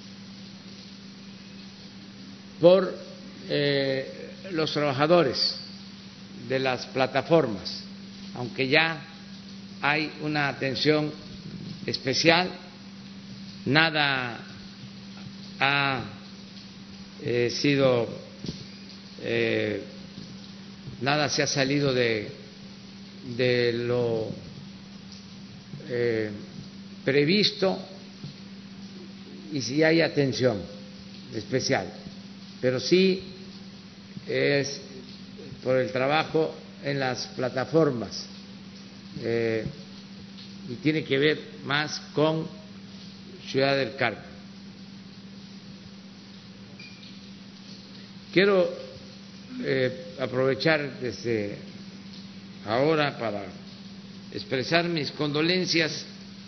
por eh, los trabajadores de las plataformas, aunque ya hay una atención especial, nada ha he sido, eh, nada se ha salido de, de lo eh, previsto, y si hay atención especial, pero sí es por el trabajo en las plataformas eh, y tiene que ver más con Ciudad del Carmen. Quiero eh, aprovechar desde ahora para expresar mis condolencias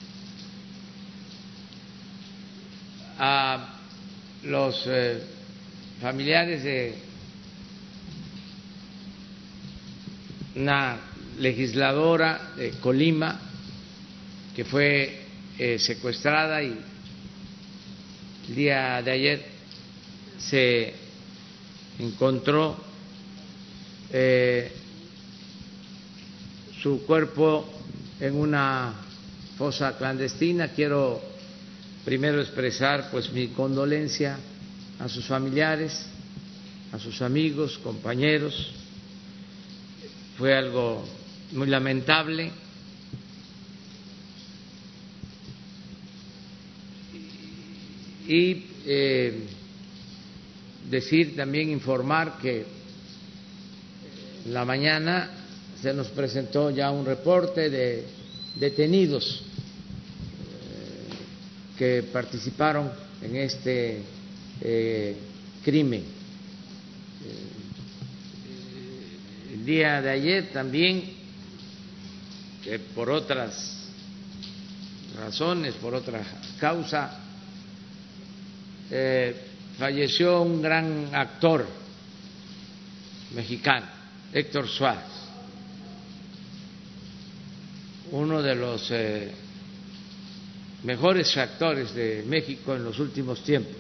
a los eh, familiares de una legisladora de Colima que fue eh, secuestrada y el día de ayer se encontró eh, su cuerpo en una fosa clandestina. Quiero primero expresar pues mi condolencia a sus familiares, a sus amigos, compañeros. Fue algo muy lamentable. Y eh, decir también, informar que en la mañana se nos presentó ya un reporte de detenidos eh, que participaron en este eh, crimen. Eh, el día de ayer también, que por otras razones, por otra causa, eh, falleció un gran actor mexicano, Héctor Suárez, uno de los eh, mejores actores de México en los últimos tiempos,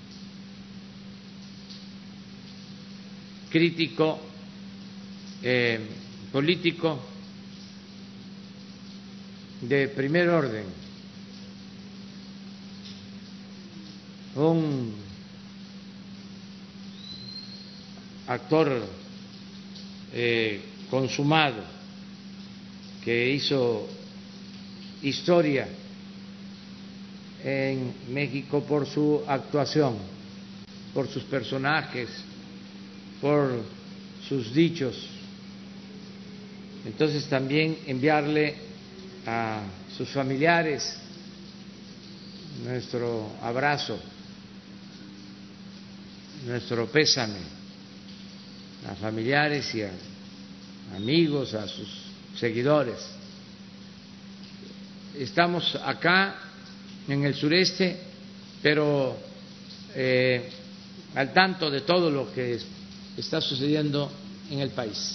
crítico, eh, político de primer orden, un actor eh, consumado que hizo historia en México por su actuación, por sus personajes, por sus dichos. Entonces también enviarle a sus familiares nuestro abrazo, nuestro pésame, a familiares y a amigos, a sus seguidores. Estamos acá en el sureste, pero eh, al tanto de todo lo que está sucediendo en el país.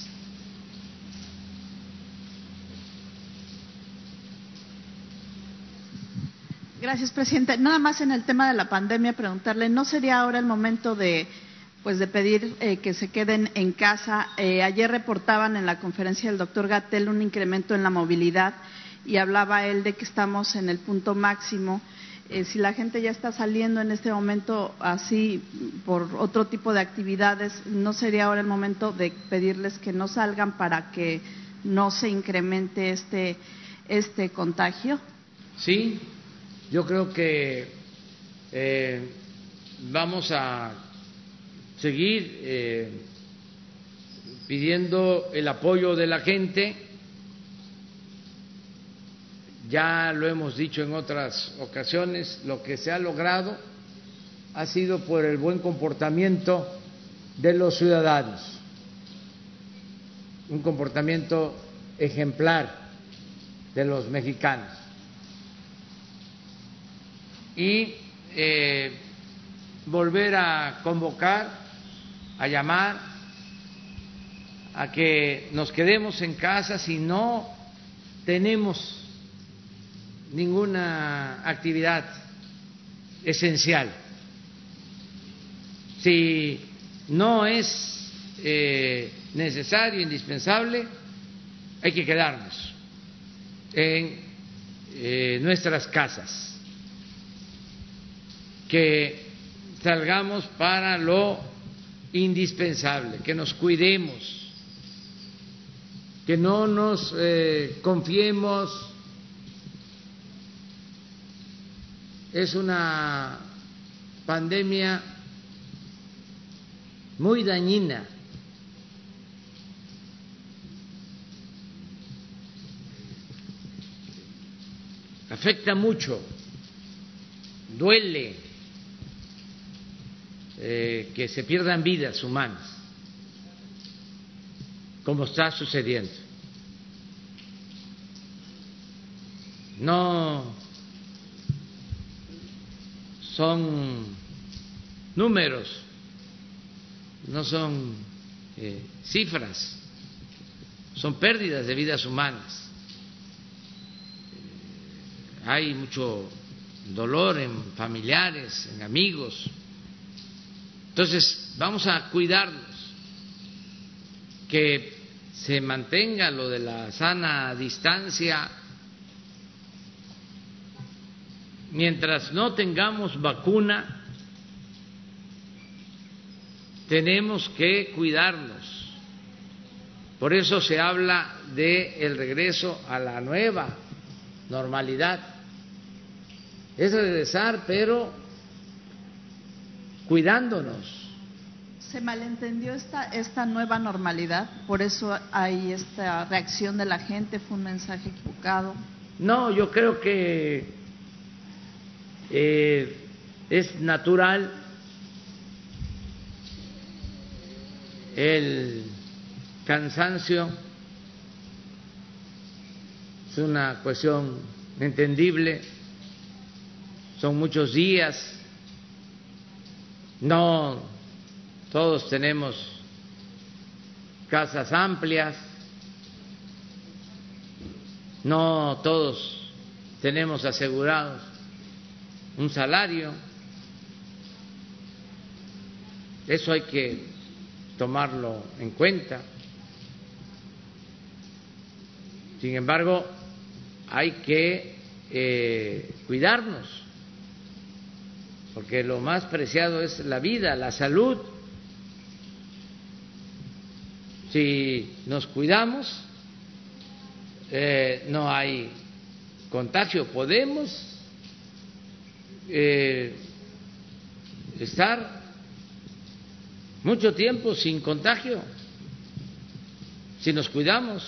Gracias, presidente. Nada más en el tema de la pandemia, preguntarle, ¿no sería ahora el momento de, pues, de pedir eh, que se queden en casa? Eh, ayer reportaban en la conferencia del doctor Gatell un incremento en la movilidad y hablaba él de que estamos en el punto máximo. Eh, si la gente ya está saliendo en este momento así por otro tipo de actividades, ¿no sería ahora el momento de pedirles que no salgan para que no se incremente este, este contagio? Sí. Yo creo que eh, vamos a seguir eh, pidiendo el apoyo de la gente. Ya lo hemos dicho en otras ocasiones, lo que se ha logrado ha sido por el buen comportamiento de los ciudadanos, un comportamiento ejemplar de los mexicanos. Y eh, volver a convocar, a llamar a que nos quedemos en casa si no tenemos ninguna actividad esencial, si no es eh, necesario, indispensable, hay que quedarnos en eh, nuestras casas, que salgamos para lo indispensable, que nos cuidemos, que no nos eh, confiemos. Es una pandemia muy dañina. Afecta mucho, duele eh, que se pierdan vidas humanas, como está sucediendo. No son números, no son eh, cifras, son pérdidas de vidas humanas. Hay mucho dolor en familiares, en amigos. Entonces, vamos a cuidarnos, que se mantenga lo de la sana distancia. Mientras no tengamos vacuna, tenemos que cuidarnos. Por eso se habla de el regreso a la nueva normalidad. Es regresar, pero cuidándonos. ¿Se malentendió esta, esta nueva normalidad? ¿Por eso hay esta reacción de la gente? ¿Fue un mensaje equivocado? No, yo creo que eh, es natural el cansancio, es una cuestión entendible. Son muchos días, no todos tenemos casas amplias, no todos tenemos asegurados un salario. Eso hay que tomarlo en cuenta. Sin embargo, hay que eh, cuidarnos, porque lo más preciado es la vida, la salud. Si nos cuidamos, eh, no hay contagio. Podemos eh, estar mucho tiempo sin contagio si nos cuidamos.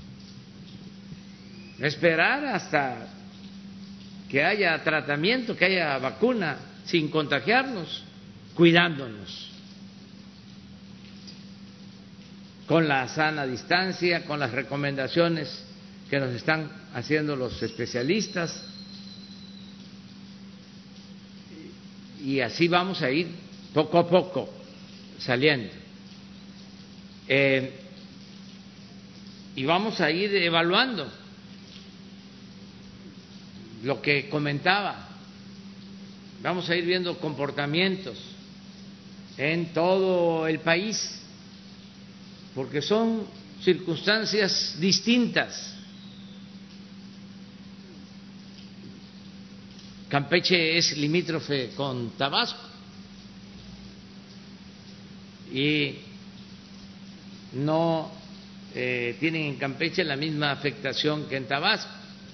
Esperar hasta que haya tratamiento, que haya vacuna, sin contagiarnos, cuidándonos, con la sana distancia, con las recomendaciones que nos están haciendo los especialistas, y así vamos a ir poco a poco saliendo. Eh, y vamos a ir evaluando lo que comentaba. Vamos a ir viendo comportamientos en todo el país, porque son circunstancias distintas. Campeche es limítrofe con Tabasco y no eh, tienen en Campeche la misma afectación que en Tabasco.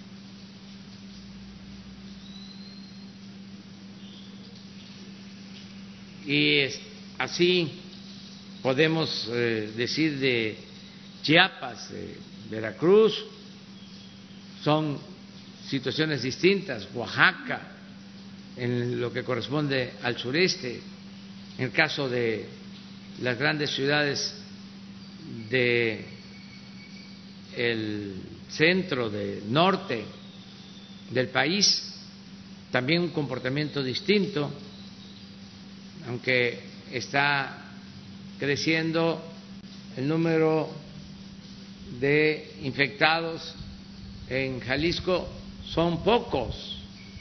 Y así podemos eh, decir de Chiapas, de Veracruz, son situaciones distintas, Oaxaca, en lo que corresponde al sureste, en el caso de las grandes ciudades de el centro, del norte del país, también un comportamiento distinto, aunque está creciendo el número de infectados en Jalisco, son pocos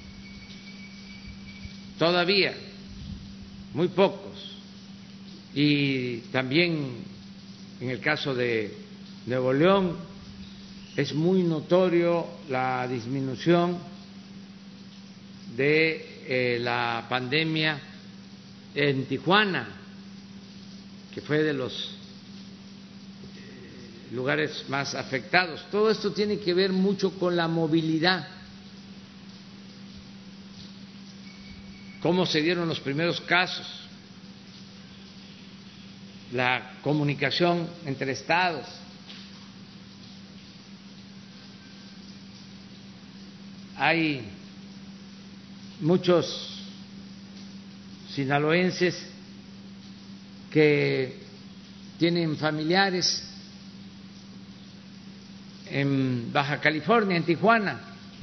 todavía, muy pocos. Y también en el caso de Nuevo León es muy notorio la disminución de eh, la pandemia en Tijuana, que fue de los lugares más afectados. Todo esto tiene que ver mucho con la movilidad. Cómo se dieron los primeros casos, la comunicación entre estados. Hay muchos sinaloenses que tienen familiares en Baja California, en Tijuana,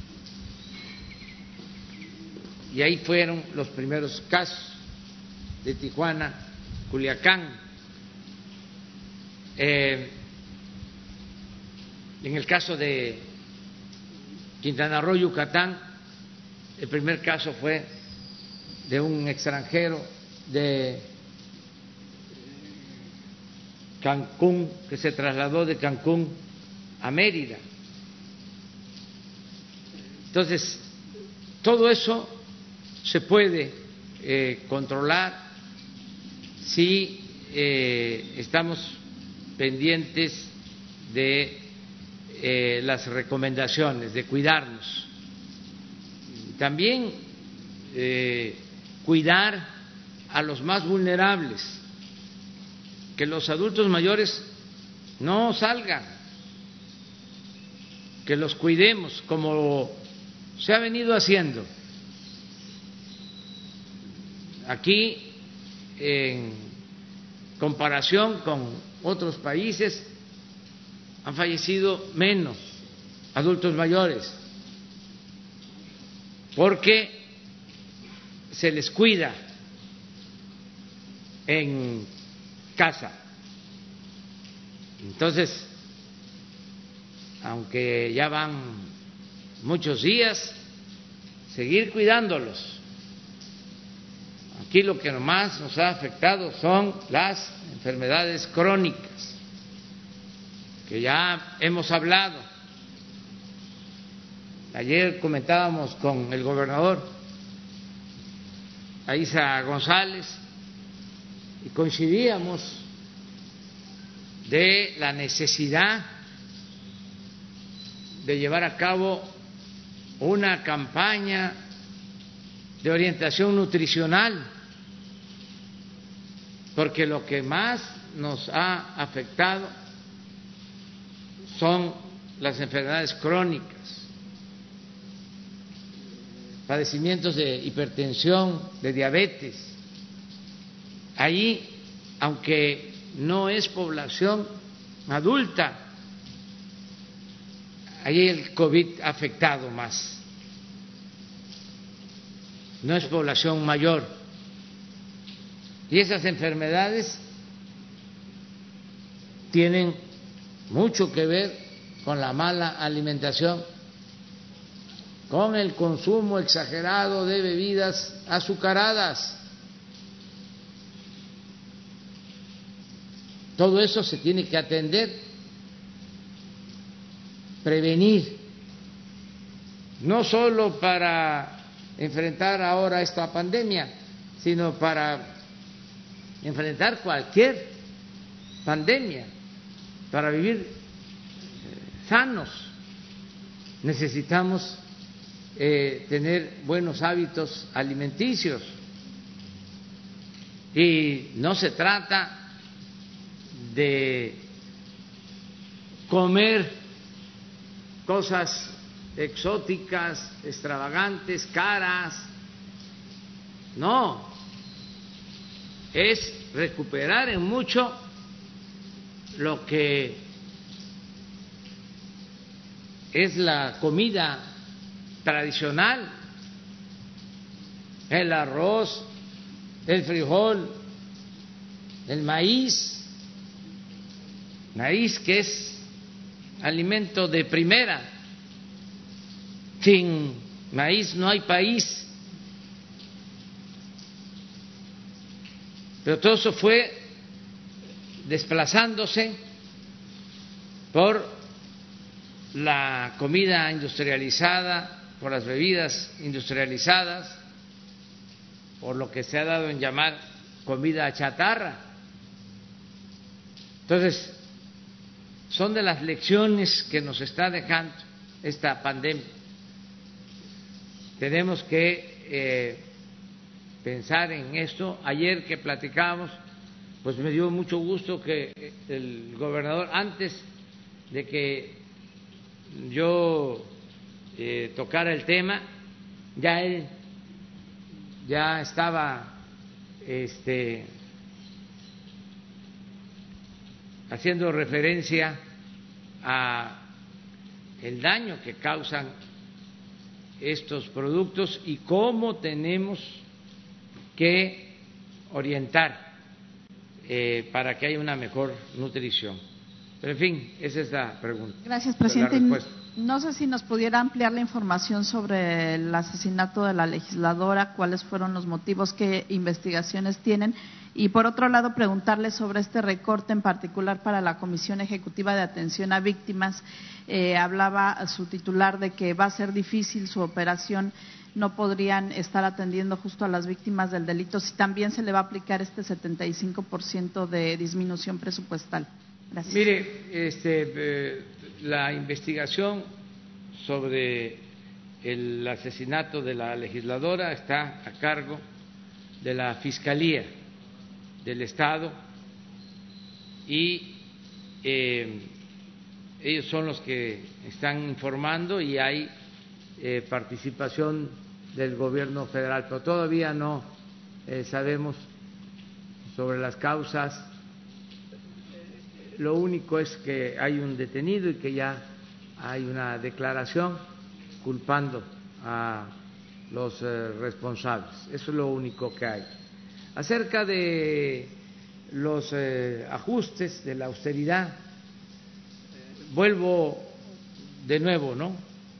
y ahí fueron los primeros casos de Tijuana, Culiacán. Eh, en el caso de Quintana Roo, Yucatán, el primer caso fue de un extranjero de Cancún, que se trasladó de Cancún a Mérida. Entonces, todo eso se puede eh, controlar si eh, estamos pendientes de eh, las recomendaciones, de cuidarnos. También eh, cuidar a los más vulnerables, que los adultos mayores no salgan, que los cuidemos como se ha venido haciendo. Aquí, en comparación con otros países, han fallecido menos adultos mayores, porque se les cuida en casa. Entonces, aunque ya van muchos días, seguir cuidándolos. Aquí lo que más nos ha afectado son las enfermedades crónicas, que ya hemos hablado. Ayer comentábamos con el gobernador Aiza González y coincidíamos de la necesidad de llevar a cabo una campaña de orientación nutricional, porque lo que más nos ha afectado son las enfermedades crónicas, padecimientos de hipertensión, de diabetes. Ahí, aunque no es población adulta, ahí el COVID ha afectado más. No es población mayor. Y esas enfermedades tienen mucho que ver con la mala alimentación, con el consumo exagerado de bebidas azucaradas. Todo eso se tiene que atender, prevenir, no solo para enfrentar ahora esta pandemia, sino para enfrentar cualquier pandemia, para vivir sanos. Necesitamos eh, tener buenos hábitos alimenticios, y no se trata de comer cosas exóticas, extravagantes, caras. No, es recuperar en mucho lo que es la comida tradicional: el arroz, el frijol, el maíz, maíz que es alimento de primera. Sin maíz no hay país. Pero todo eso fue desplazándose por la comida industrializada, por las bebidas industrializadas, por lo que se ha dado en llamar comida chatarra. Entonces, son de las lecciones que nos está dejando esta pandemia. Tenemos que eh, pensar en esto. Ayer que platicábamos, pues me dio mucho gusto que el gobernador, antes de que yo eh, tocara el tema, ya él ya estaba este, haciendo referencia a el daño que causan estos productos y cómo tenemos que orientar eh, para que haya una mejor nutrición. Pero en fin, esa es la pregunta. Gracias, presidente. No sé si nos pudiera ampliar la información sobre el asesinato de la legisladora, cuáles fueron los motivos, qué investigaciones tienen. Y por otro lado, preguntarle sobre este recorte en particular para la Comisión Ejecutiva de Atención a Víctimas. Eh, hablaba su titular de que va a ser difícil su operación, no podrían estar atendiendo justo a las víctimas del delito, si también se le va a aplicar este setenta y cinco por ciento de disminución presupuestal. Gracias. Mire, este, eh, la investigación sobre el asesinato de la legisladora está a cargo de la Fiscalía del Estado y eh, ellos son los que están informando y hay eh, participación del gobierno federal, pero todavía no eh, sabemos sobre las causas. Lo único es que hay un detenido y que ya hay una declaración culpando a los eh, responsables. Eso es lo único que hay. Acerca de los eh, ajustes de la austeridad, eh, vuelvo de nuevo, ¿no?,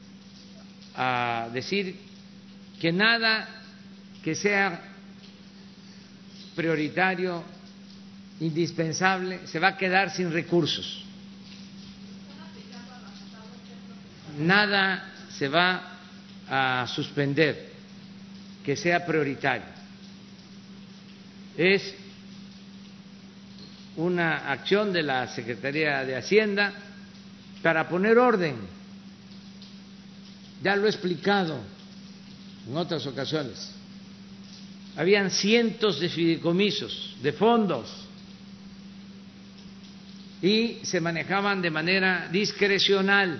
a decir que nada que sea prioritario, indispensable, se va a quedar sin recursos. Nada se va a suspender que sea prioritario. Es una acción de la Secretaría de Hacienda para poner orden. Ya lo he explicado en otras ocasiones. Habían cientos de fideicomisos, de fondos, y se manejaban de manera discrecional.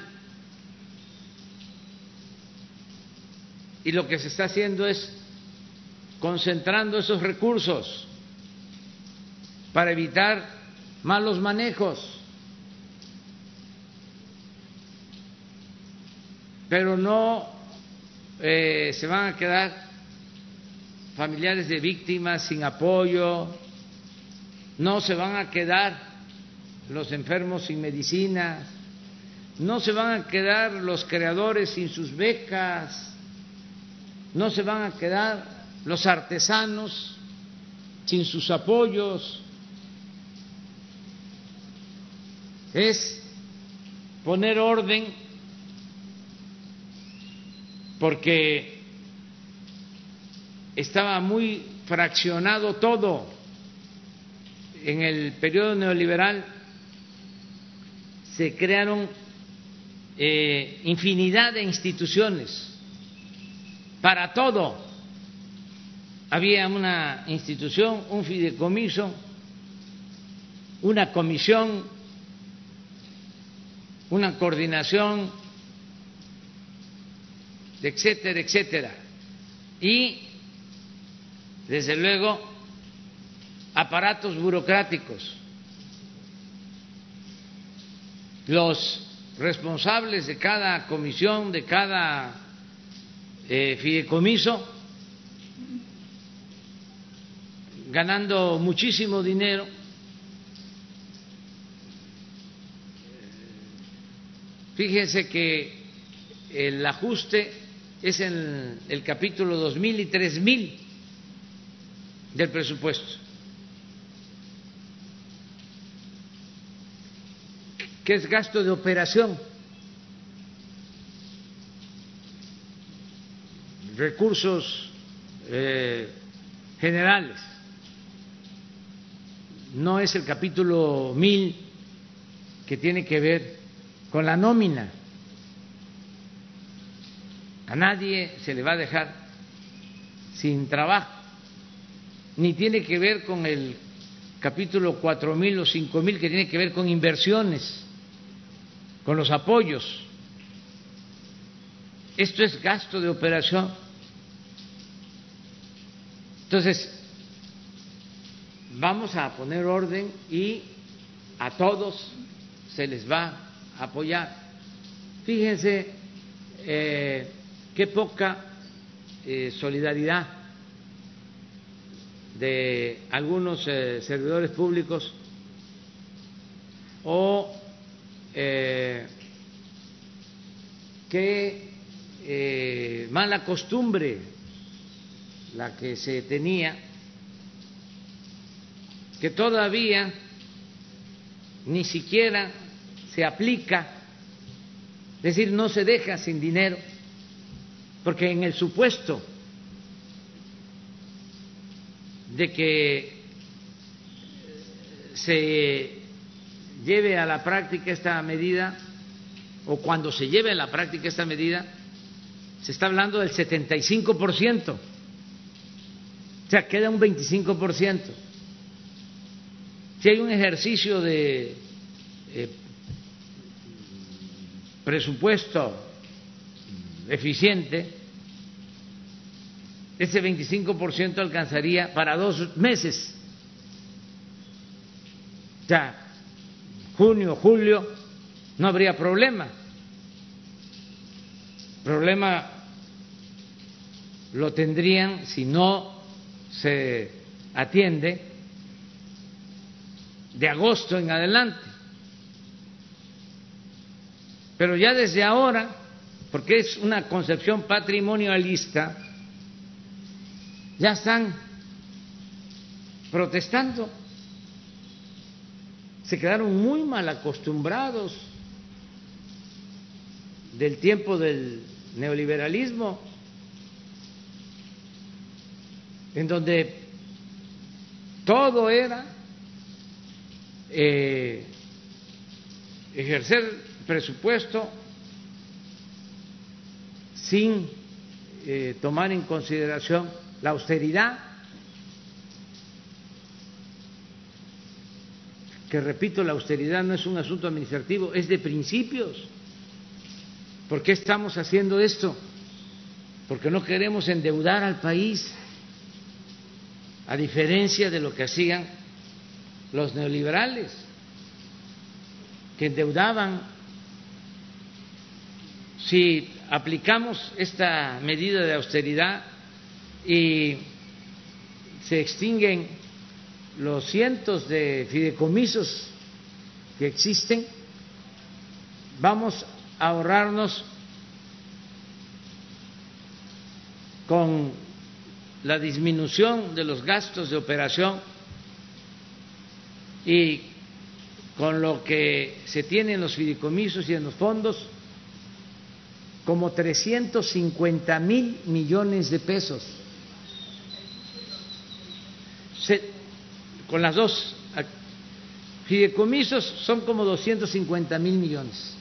Y lo que se está haciendo es concentrando esos recursos para evitar malos manejos. Pero no eh, se van a quedar familiares de víctimas sin apoyo, no se van a quedar los enfermos sin medicinas, no se van a quedar los creadores sin sus becas, no se van a quedar los artesanos sin sus apoyos. Es poner orden, porque estaba muy fraccionado todo. En el periodo neoliberal se crearon eh, infinidad de instituciones para todo. Había una institución, un fideicomiso, una comisión, una coordinación, etcétera, etcétera. Y, desde luego, aparatos burocráticos. Los responsables de cada comisión, de cada eh, fideicomiso, ganando muchísimo dinero, fíjense que el ajuste es en el capítulo dos mil y tres mil del presupuesto. ¿Qué es gasto de operación? Recursos eh, generales. no es el capítulo mil que tiene que ver con la nómina. A nadie se le va a dejar sin trabajo, ni tiene que ver con el capítulo cuatro mil o cinco mil que tiene que ver con inversiones, con los apoyos. Esto es gasto de operación. Entonces, vamos a poner orden y a todos se les va a apoyar. Fíjense eh, qué poca eh, solidaridad de algunos eh, servidores públicos o eh, qué eh, mala costumbre la que se tenía, que todavía ni siquiera se aplica, es decir, no se deja sin dinero, porque en el supuesto de que se lleve a la práctica esta medida, o cuando se lleve a la práctica esta medida, se está hablando del setenta y cinco por ciento, o sea, queda un veinticinco por ciento. Si hay un ejercicio de eh, presupuesto eficiente, ese veinticinco por ciento alcanzaría para dos meses. O sea, junio, julio, no habría problema. Problema lo tendrían si no se atiende de agosto en adelante. Pero ya desde ahora, porque es una concepción patrimonialista, ya están protestando. Se quedaron muy mal acostumbrados del tiempo del neoliberalismo, en donde todo era eh, ejercer presupuesto sin eh, tomar en consideración la austeridad, que repito, la austeridad no es un asunto administrativo, es de principios. ¿Por qué estamos haciendo esto? Porque no queremos endeudar al país, a diferencia de lo que hacían los neoliberales, que endeudaban. Si aplicamos esta medida de austeridad y se extinguen los cientos de fideicomisos que existen, vamos a ahorrarnos con la disminución de los gastos de operación y con lo que se tiene en los fideicomisos y en los fondos, como trescientos cincuenta mil millones de pesos. Se, con las dos fideicomisos son como doscientos cincuenta mil millones.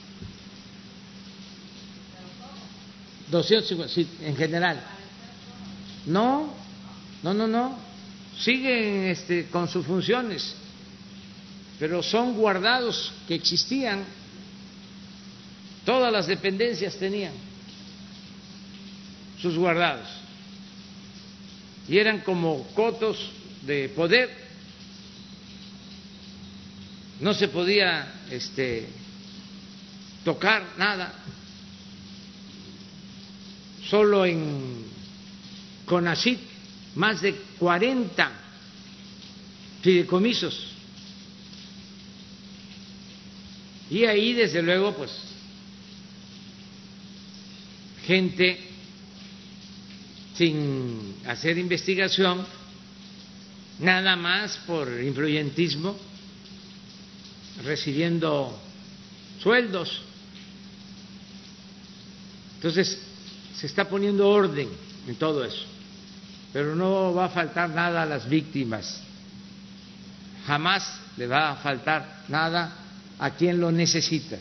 doscientos cincuenta, sí, en general. No, no, no, no. Siguen este, con sus funciones, pero son guardados que existían. Todas las dependencias tenían sus guardados y eran como cotos de poder. No se podía este, tocar nada. Solo en CONACYT más de cuarenta fideicomisos. Y ahí, desde luego, pues, gente sin hacer investigación, nada más por influyentismo, recibiendo sueldos. Entonces, se está poniendo orden en todo eso, pero no va a faltar nada a las víctimas. jamás le va a faltar nada a quien lo necesita.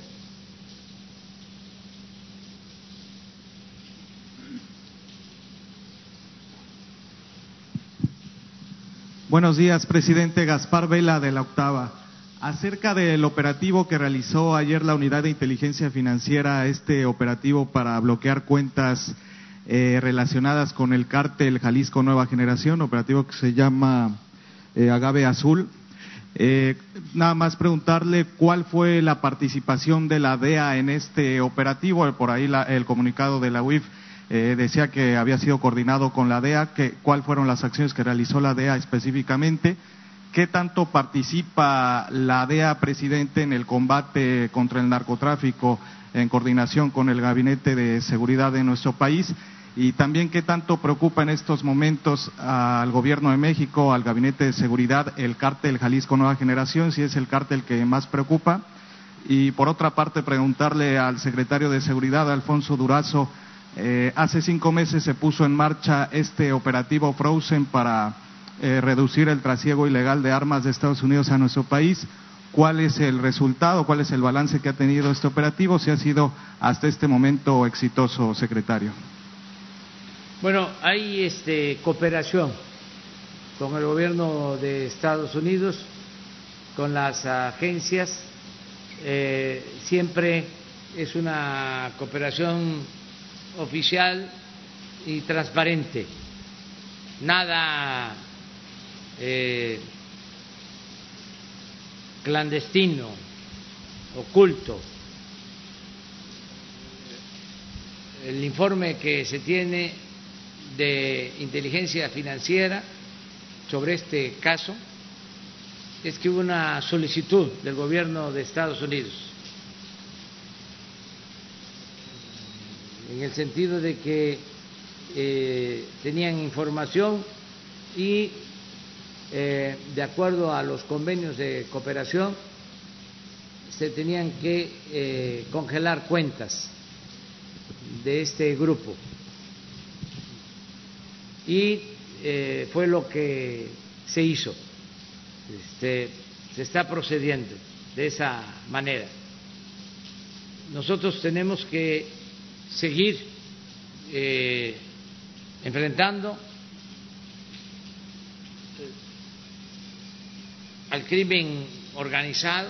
Buenos días, presidente. Gaspar Vela, de La Octava. Acerca del operativo que realizó ayer la Unidad de Inteligencia Financiera, este operativo para bloquear cuentas eh, relacionadas con el cártel Jalisco Nueva Generación, operativo que se llama eh, Agave Azul. Eh, nada más preguntarle cuál fue la participación de la D E A en este operativo. Por ahí la, el comunicado de la U I F eh, decía que había sido coordinado con la D E A, que, cuál fueron las acciones que realizó la D E A específicamente. ¿Qué tanto participa la D E A, presidente, en el combate contra el narcotráfico en coordinación con el Gabinete de Seguridad de nuestro país? Y también, ¿qué tanto preocupa en estos momentos al Gobierno de México, al Gabinete de Seguridad, el cártel Jalisco Nueva Generación, si es el cártel que más preocupa? Y por otra parte, preguntarle al secretario de Seguridad, Alfonso Durazo, eh, hace cinco meses se puso en marcha este operativo Frozen para Eh, reducir el trasiego ilegal de armas de Estados Unidos a nuestro país. ¿Cuál es el resultado, cuál es el balance que ha tenido este operativo? Si ha sido hasta este momento exitoso, secretario. Bueno, hay este, cooperación con el gobierno de Estados Unidos, con las agencias, eh, siempre es una cooperación oficial y transparente, nada Eh, clandestino, oculto. El informe que se tiene de inteligencia financiera sobre este caso es que hubo una solicitud del gobierno de Estados Unidos en el sentido de que eh, tenían información y Eh, de acuerdo a los convenios de cooperación, se tenían que eh, congelar cuentas de este grupo. Y eh, fue lo que se hizo. Este, se está procediendo de esa manera. Nosotros tenemos que seguir eh, enfrentando al crimen organizado,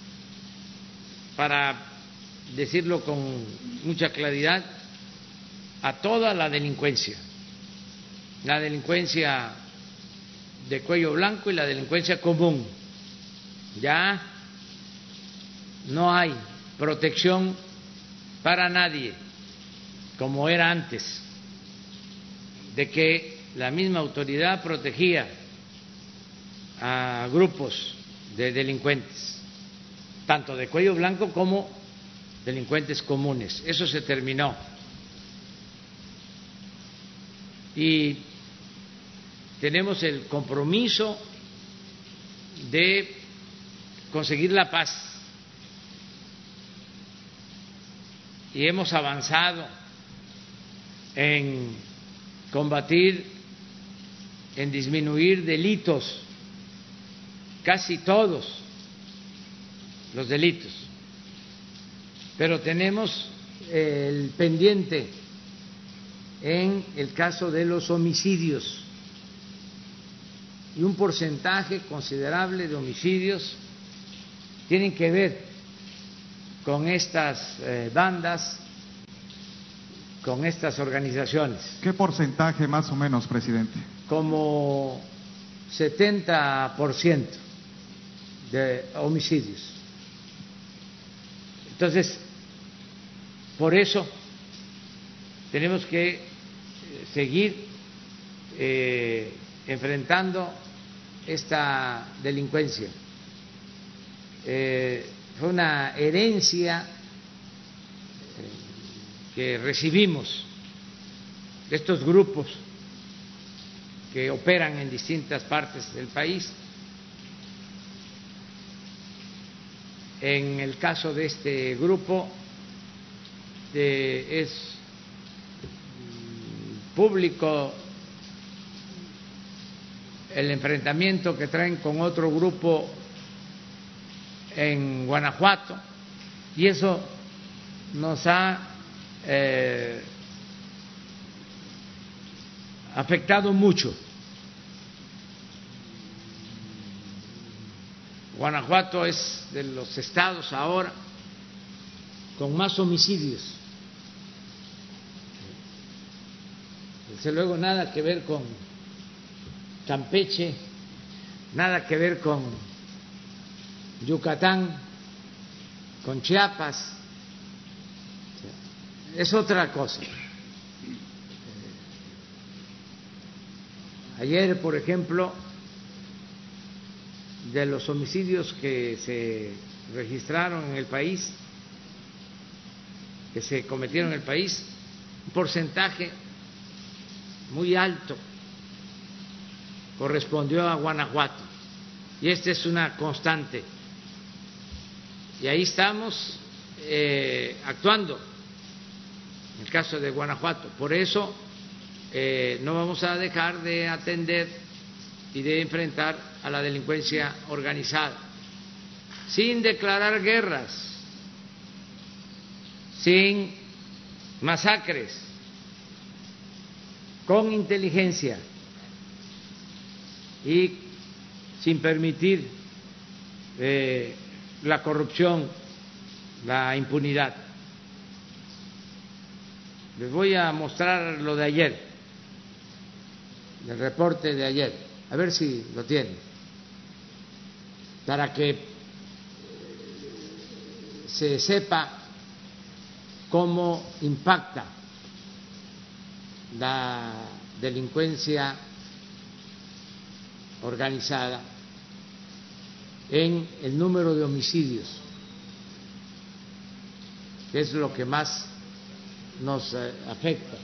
para decirlo con mucha claridad, a toda la delincuencia, la delincuencia de cuello blanco y la delincuencia común. Ya no hay protección para nadie como era antes, de que la misma autoridad protegía a grupos de delincuentes, tanto de cuello blanco como delincuentes comunes. Eso se terminó. Y tenemos el compromiso de conseguir la paz. Y hemos avanzado en combatir, en disminuir delitos, casi todos los delitos, pero tenemos el pendiente en el caso de los homicidios, y un porcentaje considerable de homicidios tienen que ver con estas eh, bandas, con estas organizaciones. ¿Qué porcentaje más o menos, presidente? Como setenta por ciento de homicidios. Entonces, por eso tenemos que seguir eh, enfrentando esta delincuencia. Eh, fue una herencia que recibimos de estos grupos que operan en distintas partes del país. En el caso de este grupo de, es público el enfrentamiento que traen con otro grupo en Guanajuato, y eso nos ha eh, afectado mucho. Guanajuato es de los estados ahora con más homicidios. Desde luego nada que ver con Campeche, nada que ver con Yucatán, con Chiapas, es otra cosa. Ayer, por ejemplo, de los homicidios que se registraron en el país, que se cometieron en el país, un porcentaje muy alto correspondió a Guanajuato, y esta es una constante, y ahí estamos eh, actuando en el caso de Guanajuato. Por eso eh, no vamos a dejar de atender y de enfrentar a la delincuencia organizada, sin declarar guerras, sin masacres, con inteligencia y sin permitir eh, la corrupción, la impunidad. Les voy a mostrar lo de ayer, el reporte de ayer, a ver si lo tienen, para que se sepa cómo impacta la delincuencia organizada en el número de homicidios, que es lo que más nos afecta.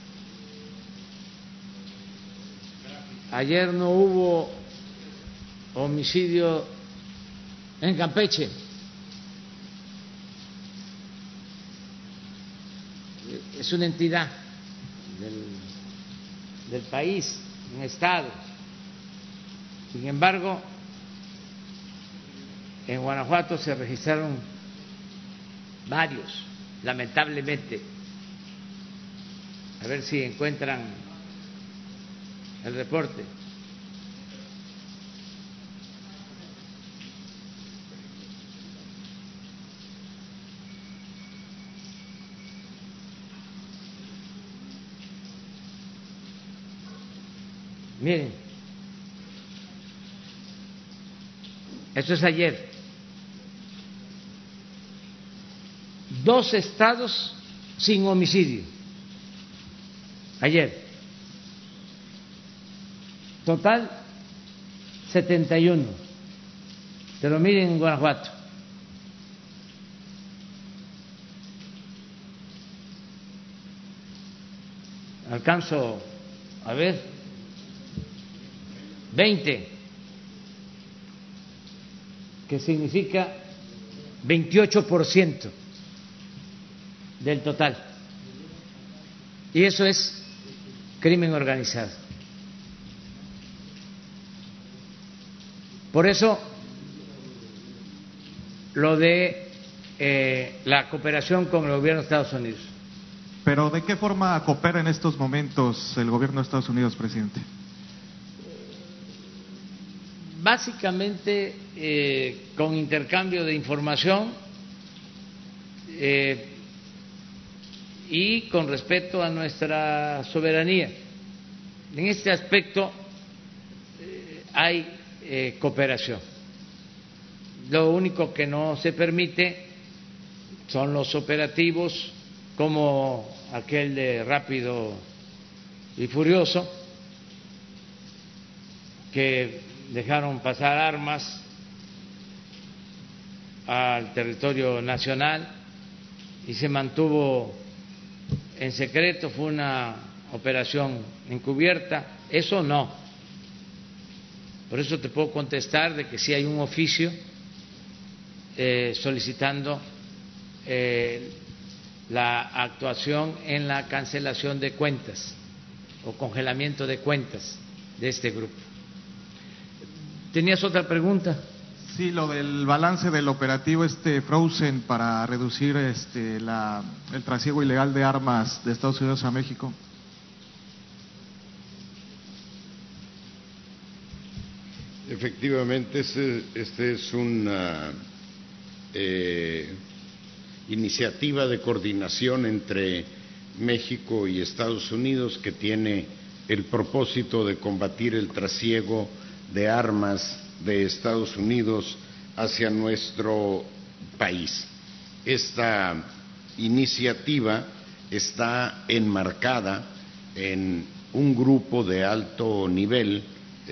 Ayer no hubo homicidio en Campeche. Es una entidad del, del país, un estado. Sin embargo, en Guanajuato se registraron varios, lamentablemente. A ver si encuentran el reporte. Miren, esto es ayer. Dos estados sin homicidio. Ayer. Total setenta y uno. Pero miren en Guanajuato. Alcanzo a ver. veinte, que significa veintiocho por ciento del total. Y eso es crimen organizado. Por eso, lo de eh, la cooperación con el gobierno de Estados Unidos. Pero ¿de qué forma coopera en estos momentos el gobierno de Estados Unidos, presidente? Básicamente eh, con intercambio de información eh, y con respeto a nuestra soberanía. En este aspecto eh, hay eh, cooperación. Lo único que no se permite son los operativos como aquel de Rápido y Furioso, que dejaron pasar armas al territorio nacional y se mantuvo en secreto, fue una operación encubierta. Eso no. Por eso te puedo contestar de que sí hay un oficio eh, solicitando eh, la actuación en la cancelación de cuentas o congelamiento de cuentas de este grupo. ¿Tenías otra pregunta? Sí, lo del balance del operativo este Frozen para reducir este la, el trasiego ilegal de armas de Estados Unidos a México. Efectivamente, este, este es una eh, iniciativa de coordinación entre México y Estados Unidos que tiene el propósito de combatir el trasiego de armas de Estados Unidos hacia nuestro país. Esta iniciativa está enmarcada en un grupo de alto nivel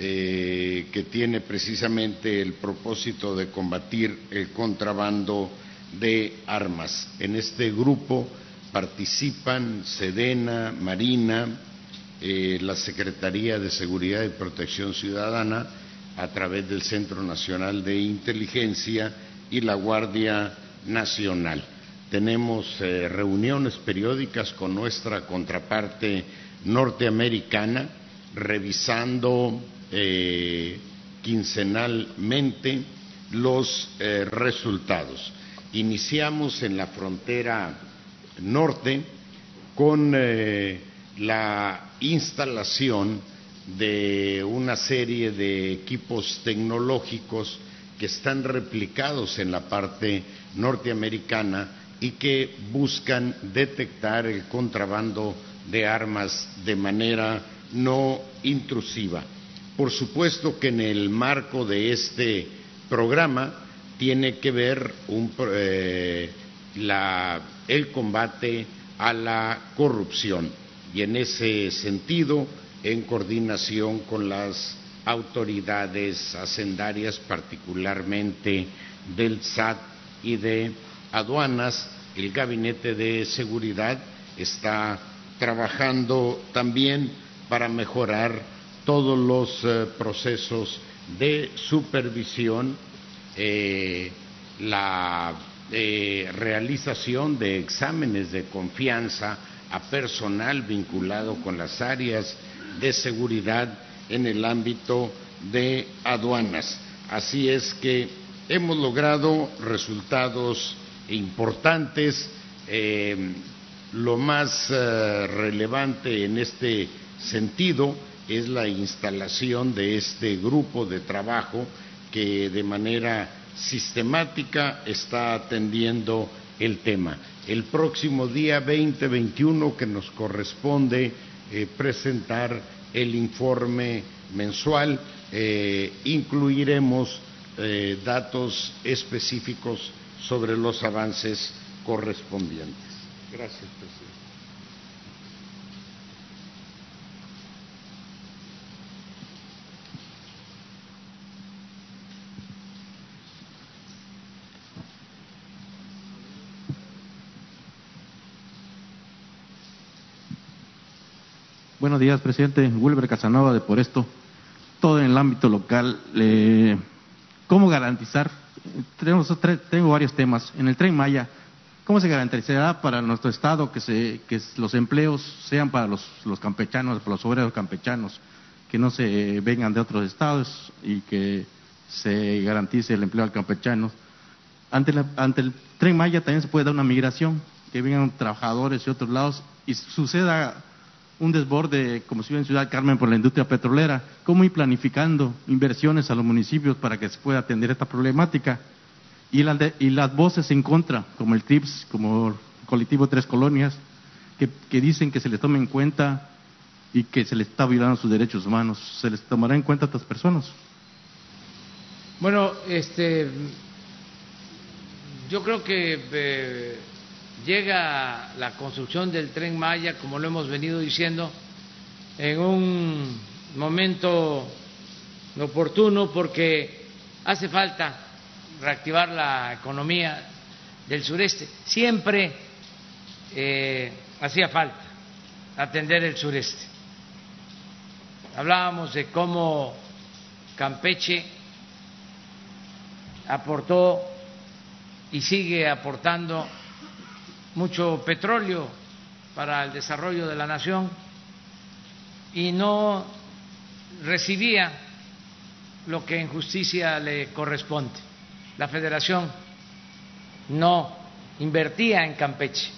eh, que tiene precisamente el propósito de combatir el contrabando de armas. En este grupo participan Sedena, Marina, eh, la Secretaría de Seguridad y Protección Ciudadana, a través del Centro Nacional de Inteligencia y la Guardia Nacional. Tenemos eh, reuniones periódicas con nuestra contraparte norteamericana, revisando eh, quincenalmente los eh, resultados. Iniciamos en la frontera norte con eh, la instalación de una serie de equipos tecnológicos que están replicados en la parte norteamericana y que buscan detectar el contrabando de armas de manera no intrusiva. Por supuesto que en el marco de este programa tiene que ver un, eh, la, el combate a la corrupción y en ese sentido, en coordinación con las autoridades hacendarias, particularmente del S A T y de aduanas, el Gabinete de Seguridad está trabajando también para mejorar todos los eh, procesos de supervisión, eh, la eh, realización de exámenes de confianza a personal vinculado con las áreas de seguridad en el ámbito de aduanas. Así es que hemos logrado resultados importantes. Eh, lo más eh, relevante en este sentido es la instalación de este grupo de trabajo que de manera sistemática está atendiendo el tema. El próximo día veinte veintiuno, que nos corresponde eh, presentar el informe mensual, eh, incluiremos eh, datos específicos sobre los avances correspondientes. Gracias, presidente. Buenos días, presidente. Wilber Casanova de Por Esto. Todo en el ámbito local. Eh, ¿Cómo garantizar? Tenemos, tengo varios temas. En el Tren Maya, ¿cómo se garantizará para nuestro Estado que, se, que los empleos sean para los, los campechanos, para los obreros campechanos, que no se vengan de otros estados y que se garantice el empleo al campechano? Ante, la, ante el Tren Maya también se puede dar una migración, que vengan trabajadores de otros lados y suceda un desborde, como se ve en Ciudad Carmen, por la industria petrolera. ¿Cómo ir planificando inversiones a los municipios para que se pueda atender esta problemática? Y, la de, y las voces en contra, como el T R I P S, como el colectivo Tres Colonias, que, que dicen que se les tome en cuenta y que se les está violando sus derechos humanos. ¿Se les tomará en cuenta a estas personas? Bueno, este, yo creo que eh, llega la construcción del Tren Maya, como lo hemos venido diciendo, en un momento oportuno, porque hace falta reactivar la economía del sureste. Siempre eh, hacía falta atender el sureste. Hablábamos de cómo Campeche aportó y sigue aportando mucho petróleo para el desarrollo de la nación y no recibía lo que en justicia le corresponde. La Federación no invertía en Campeche,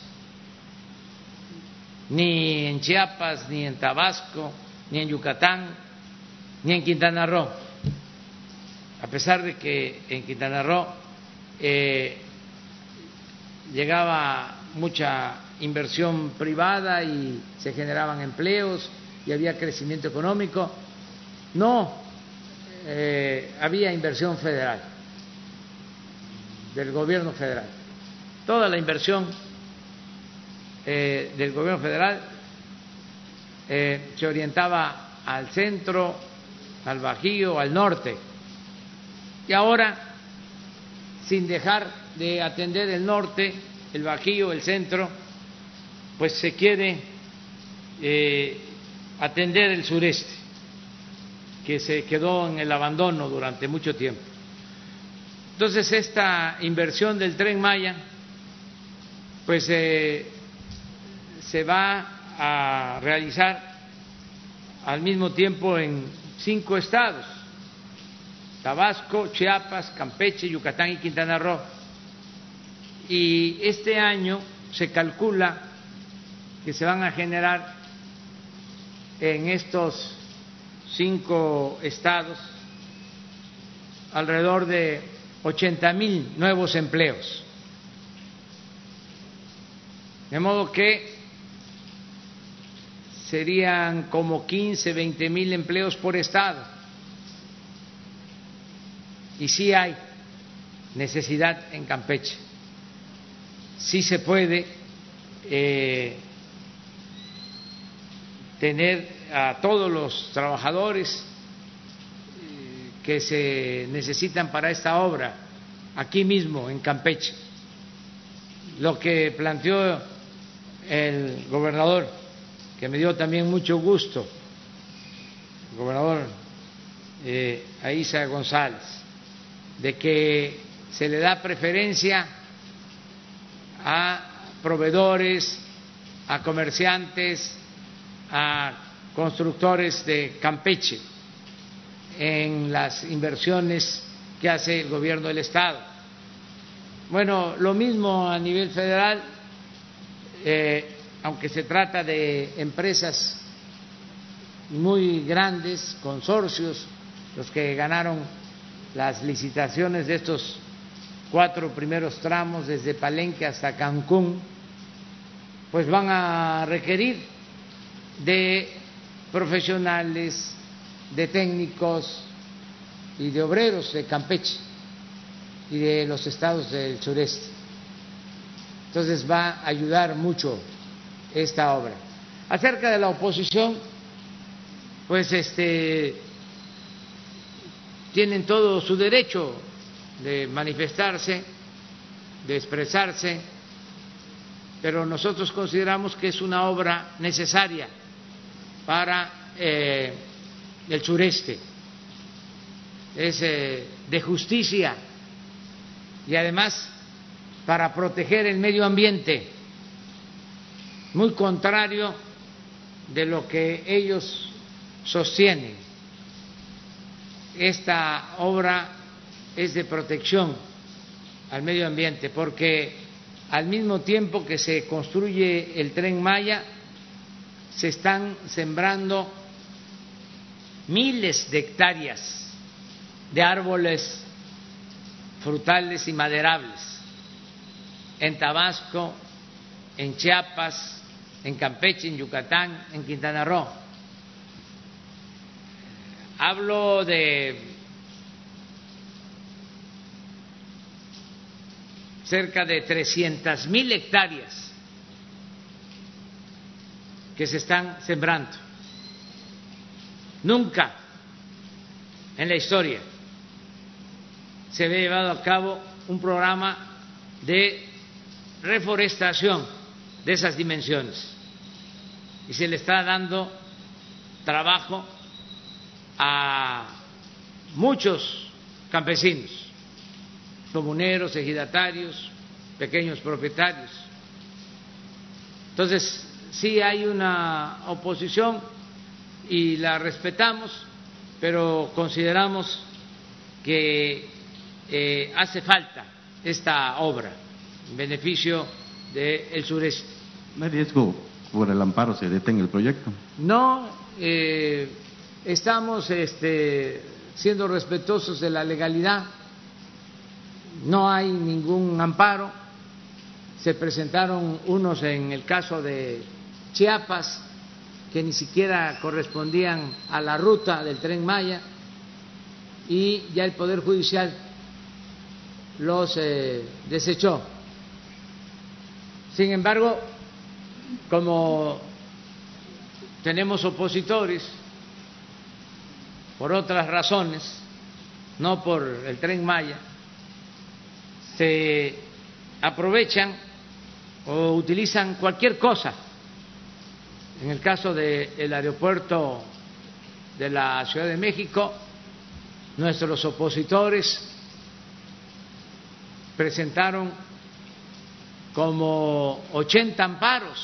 ni en Chiapas, ni en Tabasco, ni en Yucatán, ni en Quintana Roo, a pesar de que en Quintana Roo eh, llegaba mucha inversión privada y se generaban empleos y había crecimiento económico. No eh, había inversión federal, del gobierno federal. Toda la inversión eh, del gobierno federal eh, se orientaba al centro, al Bajío, al norte. Y ahora, sin dejar de atender el norte, el Bajío, el centro, pues se quiere eh, atender el sureste, que se quedó en el abandono durante mucho tiempo. Entonces, esta inversión del Tren Maya, pues eh, se va a realizar al mismo tiempo en cinco estados: Tabasco, Chiapas, Campeche, Yucatán y Quintana Roo. Y este año se calcula que se van a generar en estos cinco estados alrededor de ochenta mil nuevos empleos. De modo que serían como quince, veinte mil empleos por estado. Y sí hay necesidad en Campeche. Sí se puede eh, tener a todos los trabajadores eh, que se necesitan para esta obra aquí mismo en Campeche. Lo que planteó el gobernador, que me dio también mucho gusto, el gobernador eh, Aiza González, de que se le da preferencia a proveedores, a comerciantes, a constructores de Campeche en las inversiones que hace el gobierno del Estado. Bueno, lo mismo a nivel federal, eh, aunque se trata de empresas muy grandes, consorcios, los que ganaron las licitaciones de estos cuatro primeros tramos desde Palenque hasta Cancún, pues van a requerir de profesionales, de técnicos y de obreros de Campeche y de los estados del sureste. Entonces va a ayudar mucho esta obra. Acerca de la oposición, pues este tienen todo su derecho de manifestarse, de expresarse, pero nosotros consideramos que es una obra necesaria para eh, el sureste, es eh, de justicia y además para proteger el medio ambiente, muy contrario de lo que ellos sostienen. Esta obra es de protección al medio ambiente, porque al mismo tiempo que se construye el Tren Maya, se están sembrando miles de hectáreas de árboles frutales y maderables en Tabasco, en Chiapas, en Campeche, en Yucatán, en Quintana Roo. Hablo de cerca de trescientas mil hectáreas que se están sembrando. Nunca en la historia se había llevado a cabo un programa de reforestación de esas dimensiones y se le está dando trabajo a muchos campesinos, comuneros, ejidatarios, pequeños propietarios. Entonces, sí hay una oposición y la respetamos, pero consideramos que eh, hace falta esta obra en beneficio del sureste. ¿No hay riesgo por el amparo se detenga el proyecto? No, eh, estamos este, siendo respetuosos de la legalidad, no hay ningún amparo, se presentaron unos en el caso de Chiapas que ni siquiera correspondían a la ruta del Tren Maya y ya el Poder Judicial los eh, desechó. Sin embargo, como tenemos opositores por otras razones, no por el Tren Maya, se aprovechan o utilizan cualquier cosa. En el caso del aeropuerto de la Ciudad de México, nuestros opositores presentaron como ochenta amparos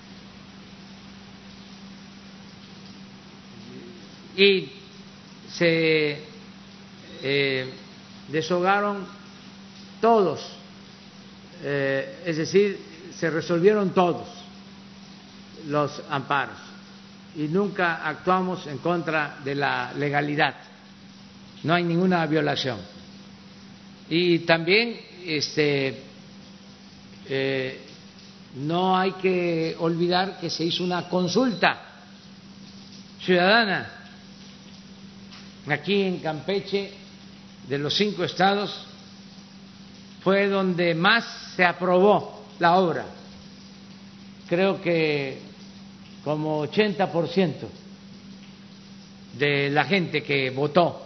y se eh, deshogaron todos, eh, es decir, se resolvieron todos los amparos y nunca actuamos en contra de la legalidad, no hay ninguna violación. Y también este eh, no hay que olvidar que se hizo una consulta ciudadana aquí en Campeche, de los cinco estados fue donde más se aprobó la obra, creo que como ochenta por ciento de la gente que votó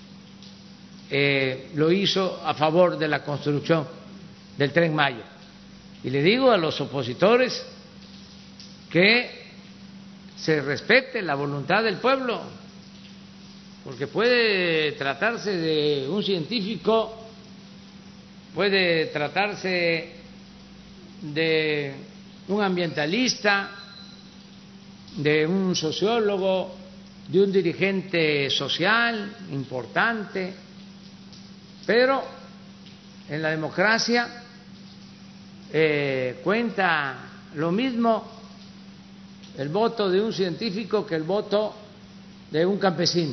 eh, lo hizo a favor de la construcción del Tren Maya. Y le digo a los opositores que se respete la voluntad del pueblo, porque puede tratarse de un científico, puede tratarse de un ambientalista, de un sociólogo, de un dirigente social importante, pero en la democracia eh, cuenta lo mismo el voto de un científico que el voto de un campesino.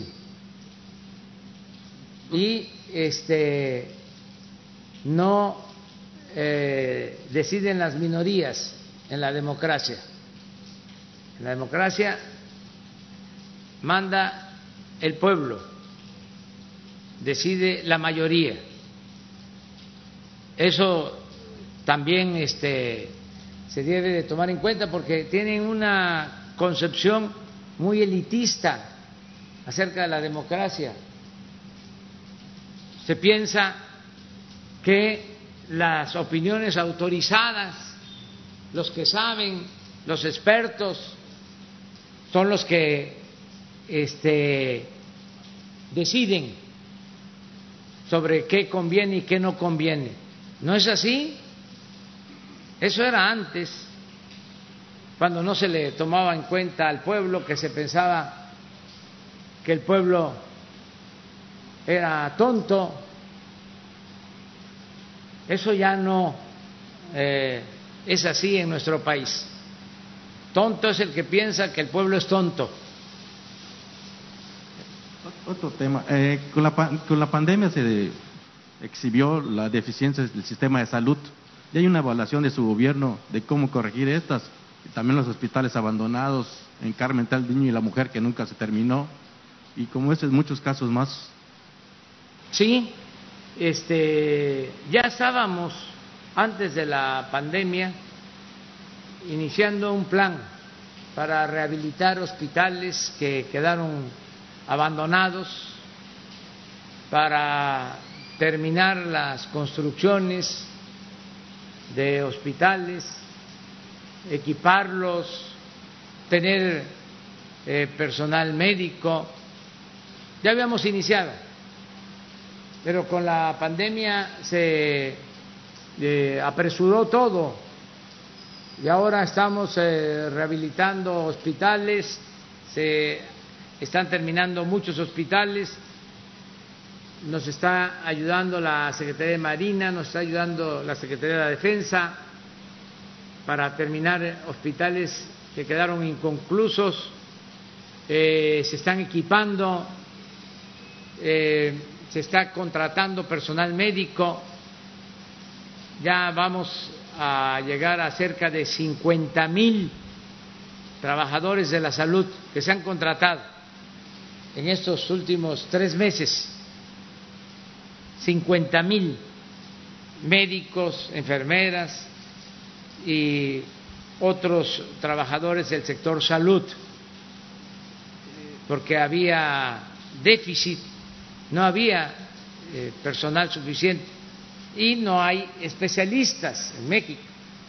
Y este no eh, deciden las minorías en la democracia. En la democracia manda el pueblo, decide la mayoría. Eso también este, se debe de tomar en cuenta porque tienen una concepción muy elitista acerca de la democracia. Se piensa que las opiniones autorizadas, los que saben, los expertos, son los que este, deciden sobre qué conviene y qué no conviene. ¿No es así? Eso era antes, cuando no se le tomaba en cuenta al pueblo, que se pensaba que el pueblo era tonto. Eso ya no eh, es así en nuestro país. Tonto es el que piensa que el pueblo es tonto. Otro tema, eh, con, la, con la pandemia se exhibió la deficiencia del sistema de salud y hay una evaluación de su gobierno de cómo corregir estas, y también los hospitales abandonados en Carmen del Niño y la Mujer, que nunca se terminó, y como estos muchos casos más. Sí, este, ya estábamos antes de la pandemia iniciando un plan para rehabilitar hospitales que quedaron abandonados, para terminar las construcciones de hospitales, equiparlos, tener eh, personal médico. Ya habíamos iniciado, pero con la pandemia se eh, apresuró todo y ahora estamos eh, rehabilitando hospitales, se están terminando muchos hospitales nos está ayudando la Secretaría de Marina, nos está ayudando la Secretaría de la Defensa para terminar hospitales que quedaron inconclusos, eh, se están equipando, eh, se está contratando personal médico, ya vamos a llegar a cerca de cincuenta mil trabajadores de la salud que se han contratado en estos últimos tres meses, cincuenta mil médicos, enfermeras y otros trabajadores del sector salud, porque había déficit, no había eh, personal suficiente y no hay especialistas en México,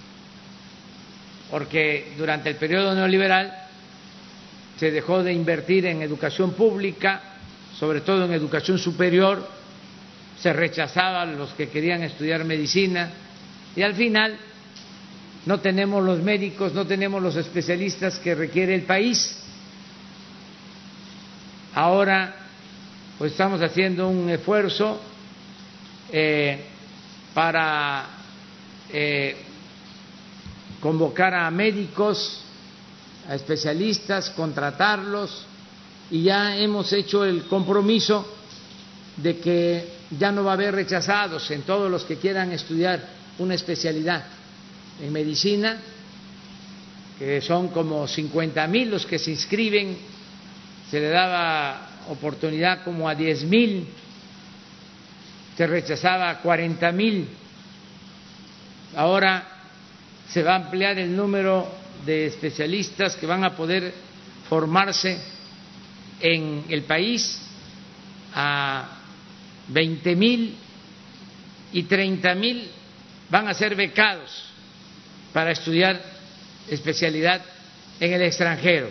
porque durante el periodo neoliberal se dejó de invertir en educación pública, sobre todo en educación superior, se rechazaban los que querían estudiar medicina y al final no tenemos los médicos, no tenemos los especialistas que requiere el país. Ahora pues estamos haciendo un esfuerzo eh, para eh, convocar a médicos, a especialistas, contratarlos, y ya hemos hecho el compromiso de que ya no va a haber rechazados en todos los que quieran estudiar una especialidad en medicina, que son como cincuenta mil los que se inscriben, se le daba oportunidad como a diez mil, se rechazaba a cuarenta mil, ahora se va a ampliar el número de especialistas que van a poder formarse en el país a veinte mil y treinta mil van a ser becados para estudiar especialidad en el extranjero.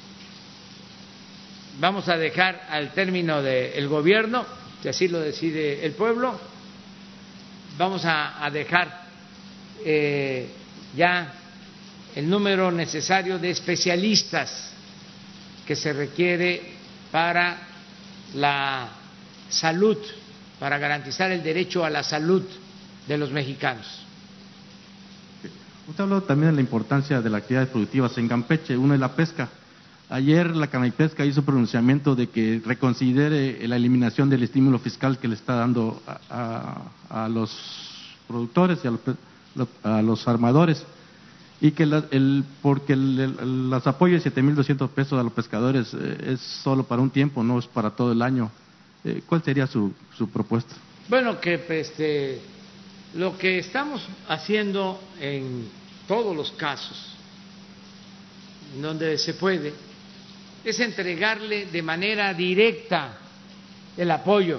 Vamos a dejar al término del gobierno, si así lo decide el pueblo, vamos a, a dejar eh, ya el número necesario de especialistas que se requiere para la salud, para garantizar el derecho a la salud de los mexicanos. Usted habló también de la importancia de las actividades productivas en Campeche, una es la pesca. Ayer la Canapesca hizo pronunciamiento de que reconsidere la eliminación del estímulo fiscal que le está dando a, a, a los productores y a los, a los armadores, y que la, el, porque el, el, los apoyos de siete mil doscientos pesos a los pescadores eh, es solo para un tiempo, no es para todo el año. Eh, ¿Cuál sería su, su propuesta? Bueno, que este, lo que estamos haciendo en todos los casos donde se puede es entregarle de manera directa el apoyo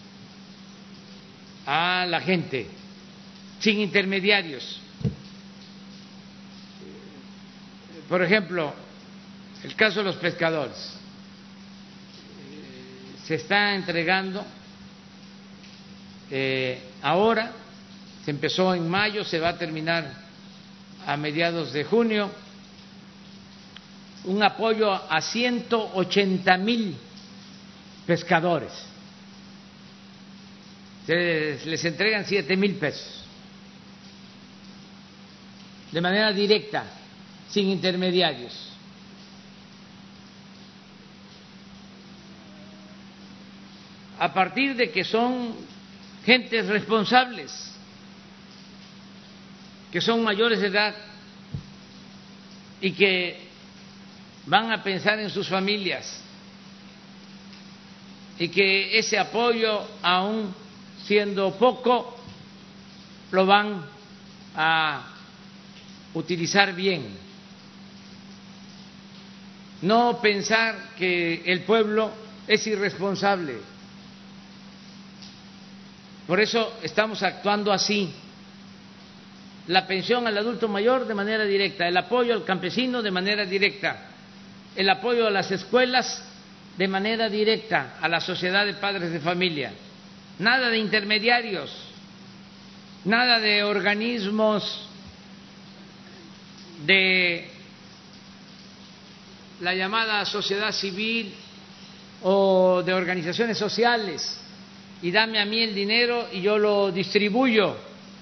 a la gente, sin intermediarios. Por ejemplo, el caso de los pescadores. Se está entregando eh, ahora, se empezó en mayo, se va a terminar a mediados de junio, un apoyo a ciento ochenta mil pescadores. Se les entregan siete mil pesos de manera directa, sin intermediarios. A partir de que son gentes responsables, que son mayores de edad y que van a pensar en sus familias, y que ese apoyo, aún siendo poco, lo van a utilizar bien. No pensar que el pueblo es irresponsable. Por eso estamos actuando así. La pensión al adulto mayor de manera directa, el apoyo al campesino de manera directa, el apoyo a las escuelas de manera directa, a la sociedad de padres de familia. Nada de intermediarios, nada de organismos de la llamada sociedad civil o de organizaciones sociales y dame a mí el dinero y yo lo distribuyo.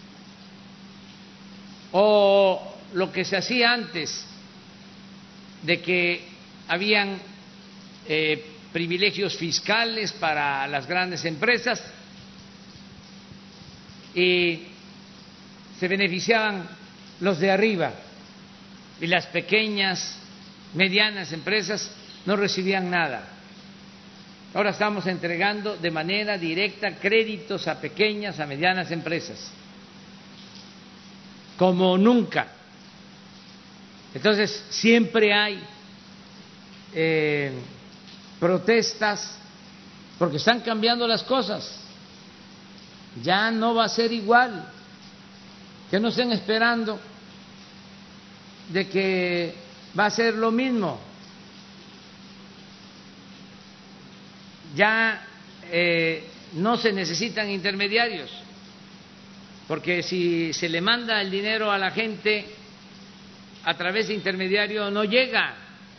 O lo que se hacía antes, de que habían eh, privilegios fiscales para las grandes empresas y se beneficiaban los de arriba y las pequeñas, medianas empresas no recibían nada. Ahora estamos entregando de manera directa créditos a pequeñas, a medianas empresas, como nunca. Entonces, siempre hay eh, protestas porque están cambiando las cosas. Ya no va a ser igual. Que no estén esperando de que va a ser lo mismo. Ya eh, no se necesitan intermediarios, porque si se le manda el dinero a la gente a través de intermediario no llega,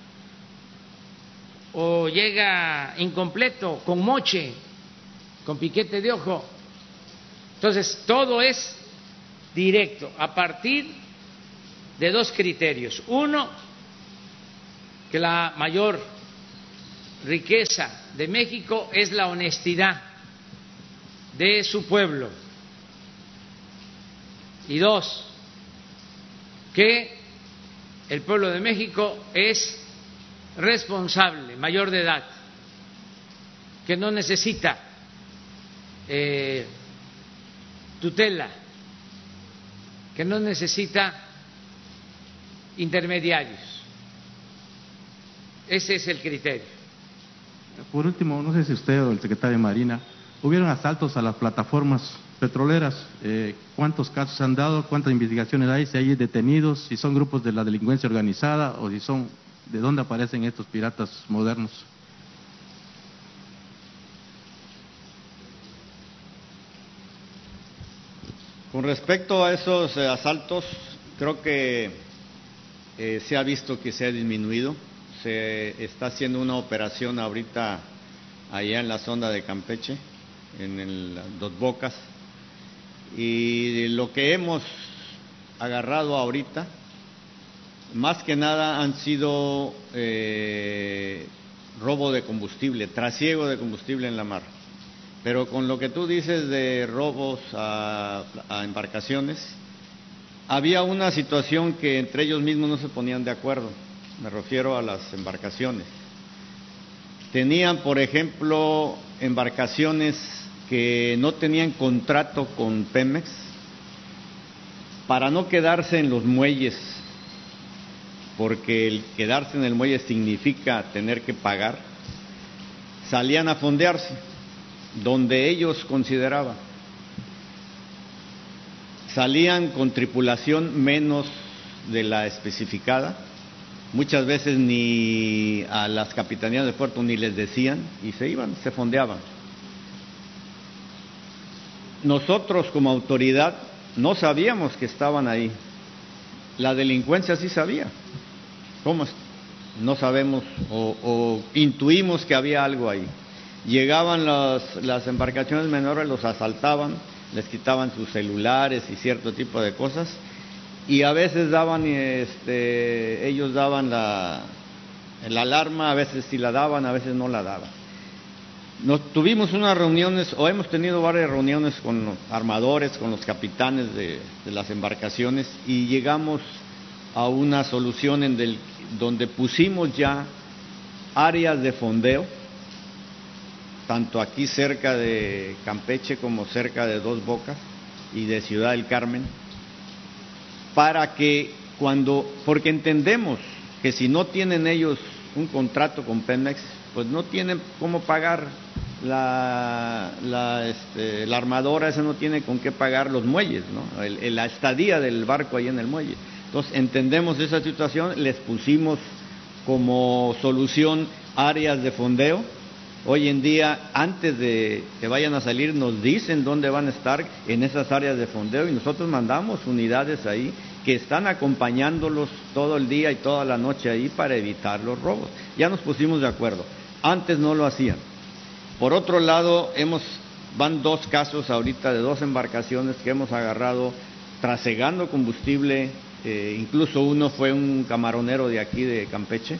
o llega incompleto, con moche, con piquete de ojo. Entonces, todo es directo, a partir de dos criterios. Uno, que la mayor riqueza de México es la honestidad de su pueblo. Y dos, que el pueblo de México es responsable, mayor de edad, que no necesita eh, tutela, que no necesita intermediarios. Ese es el criterio. Por último, no sé si usted o el secretario de Marina, hubieron asaltos a las plataformas petroleras. Eh, ¿Cuántos casos se han dado? ¿Cuántas investigaciones hay? ¿Si hay detenidos? ¿Si son grupos de la delincuencia organizada? ¿O si son, de dónde aparecen estos piratas modernos? Con respecto a esos eh, asaltos, creo que eh, se ha visto que se ha disminuido. Se está haciendo una operación ahorita allá en la zona de Campeche, en el Dos Bocas, y lo que hemos agarrado ahorita, más que nada han sido eh, robo de combustible, trasiego de combustible en la mar. Pero con lo que tú dices de robos a, a embarcaciones, había una situación que entre ellos mismos no se ponían de acuerdo. Me refiero a las embarcaciones. Tenían, por ejemplo, embarcaciones que no tenían contrato con Pemex para no quedarse en los muelles, porque el quedarse en el muelle significa tener que pagar. Salían a fondearse donde ellos consideraban. Salían con tripulación menos de la especificada. Muchas veces ni a las capitanías de puerto ni les decían y se iban, se fondeaban. Nosotros como autoridad no sabíamos que estaban ahí. La delincuencia sí sabía. ¿Cómo? No sabemos o, o intuimos que había algo ahí. Llegaban las, las embarcaciones menores, los asaltaban, les quitaban sus celulares y cierto tipo de cosas. Y a veces daban, este, ellos daban la, la alarma, a veces sí la daban, a veces no la daban. Nos tuvimos unas reuniones, o hemos tenido varias reuniones con los armadores, con los capitanes de, de las embarcaciones, y llegamos a una solución en del, donde pusimos ya áreas de fondeo, tanto aquí cerca de Campeche como cerca de Dos Bocas y de Ciudad del Carmen, para que cuando, porque entendemos que si no tienen ellos un contrato con Pemex, pues no tienen cómo pagar la, la, este, la armadora, esa no tiene con qué pagar los muelles, ¿no? El, el, la estadía del barco ahí en el muelle. Entonces entendemos esa situación, les pusimos como solución áreas de fondeo. Hoy en día, antes de que vayan a salir, nos dicen dónde van a estar en esas áreas de fondeo y nosotros mandamos unidades ahí que están acompañándolos todo el día y toda la noche ahí para evitar los robos. Ya nos pusimos de acuerdo. Antes no lo hacían. Por otro lado, hemos van dos casos ahorita de dos embarcaciones que hemos agarrado trasegando combustible, eh, incluso uno fue un camaronero de aquí de Campeche,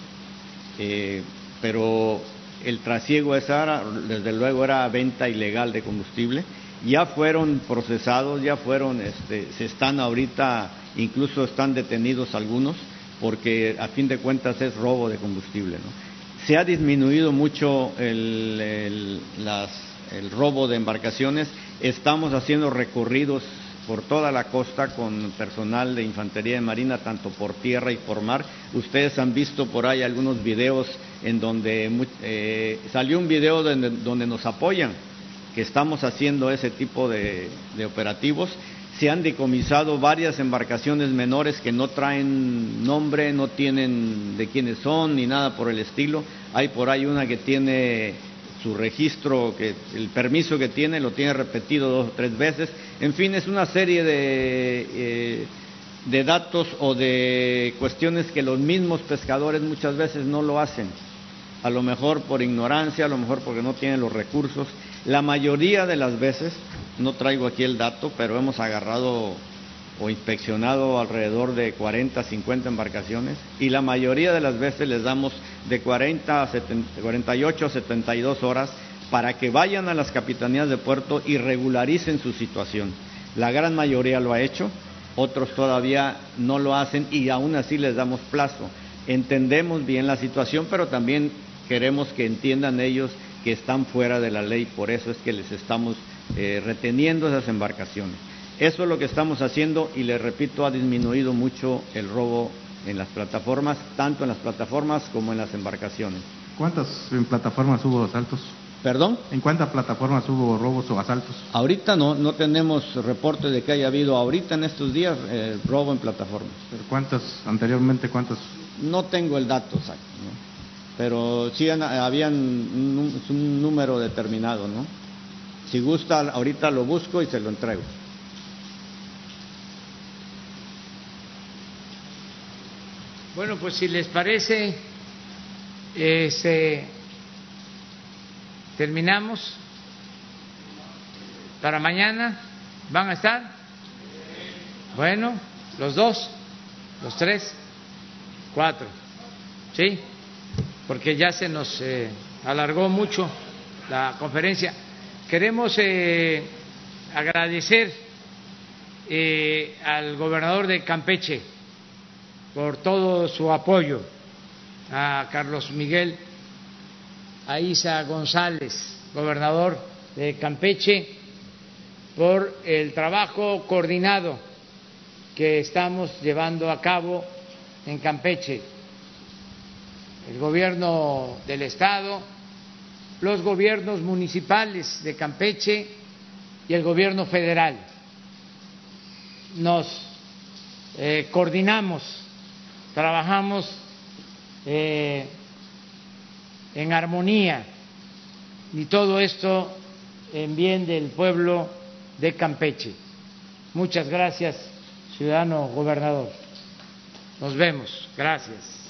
eh, pero el trasiego esa desde luego era venta ilegal de combustible. Ya fueron procesados, ya fueron, este, se están ahorita, incluso están detenidos algunos, porque a fin de cuentas es robo de combustible, ¿no? Se ha disminuido mucho el, el, las, el robo de embarcaciones. Estamos haciendo recorridos por toda la costa con personal de Infantería de Marina, tanto por tierra y por mar. Ustedes han visto por ahí algunos videos en donde eh, salió un video donde, donde nos apoyan, que estamos haciendo ese tipo de, de operativos. Se han decomisado varias embarcaciones menores que no traen nombre, no tienen de quiénes son ni nada por el estilo. Hay por ahí una que tiene su registro, que el permiso que tiene lo tiene repetido dos o tres veces. En fin, es una serie de, eh, de datos o de cuestiones que los mismos pescadores muchas veces no lo hacen. A lo mejor por ignorancia, a lo mejor porque no tienen los recursos. La mayoría de las veces, no traigo aquí el dato, pero hemos agarrado o inspeccionado alrededor de cuarenta, cincuenta embarcaciones, y la mayoría de las veces les damos de cuarenta a setenta, cuarenta y ocho a setenta y dos horas para que vayan a las capitanías de puerto y regularicen su situación. La gran mayoría lo ha hecho, otros todavía no lo hacen y aún así les damos plazo. Entendemos bien la situación, pero también queremos que entiendan ellos que están fuera de la ley, por eso es que les estamos eh, reteniendo esas embarcaciones. Eso es lo que estamos haciendo y les repito, ha disminuido mucho el robo en las plataformas, tanto en las plataformas como en las embarcaciones. ¿Cuántas en plataformas hubo asaltos? ¿Perdón? ¿En cuántas plataformas hubo robos o asaltos? Ahorita no, no tenemos reporte de que haya habido ahorita en estos días eh, robo en plataformas. ¿Pero cuántas, anteriormente cuántas? No tengo el dato exacto, ¿no? Pero sí han, habían un, un número determinado, ¿no? Si gusta, ahorita lo busco y se lo entrego. Bueno, pues si les parece, este, terminamos para mañana. ¿Van a estar? Bueno, los dos, los tres, cuatro, ¿sí? Porque ya se nos eh, alargó mucho la conferencia. Queremos eh, agradecer eh, al gobernador de Campeche por todo su apoyo, a Carlos Miguel Aiza González, gobernador de Campeche, por el trabajo coordinado que estamos llevando a cabo en Campeche. El gobierno del Estado, los gobiernos municipales de Campeche y el gobierno federal. Nos eh, coordinamos, trabajamos eh, en armonía y todo esto en bien del pueblo de Campeche. Muchas gracias, ciudadano gobernador. Nos vemos. Gracias.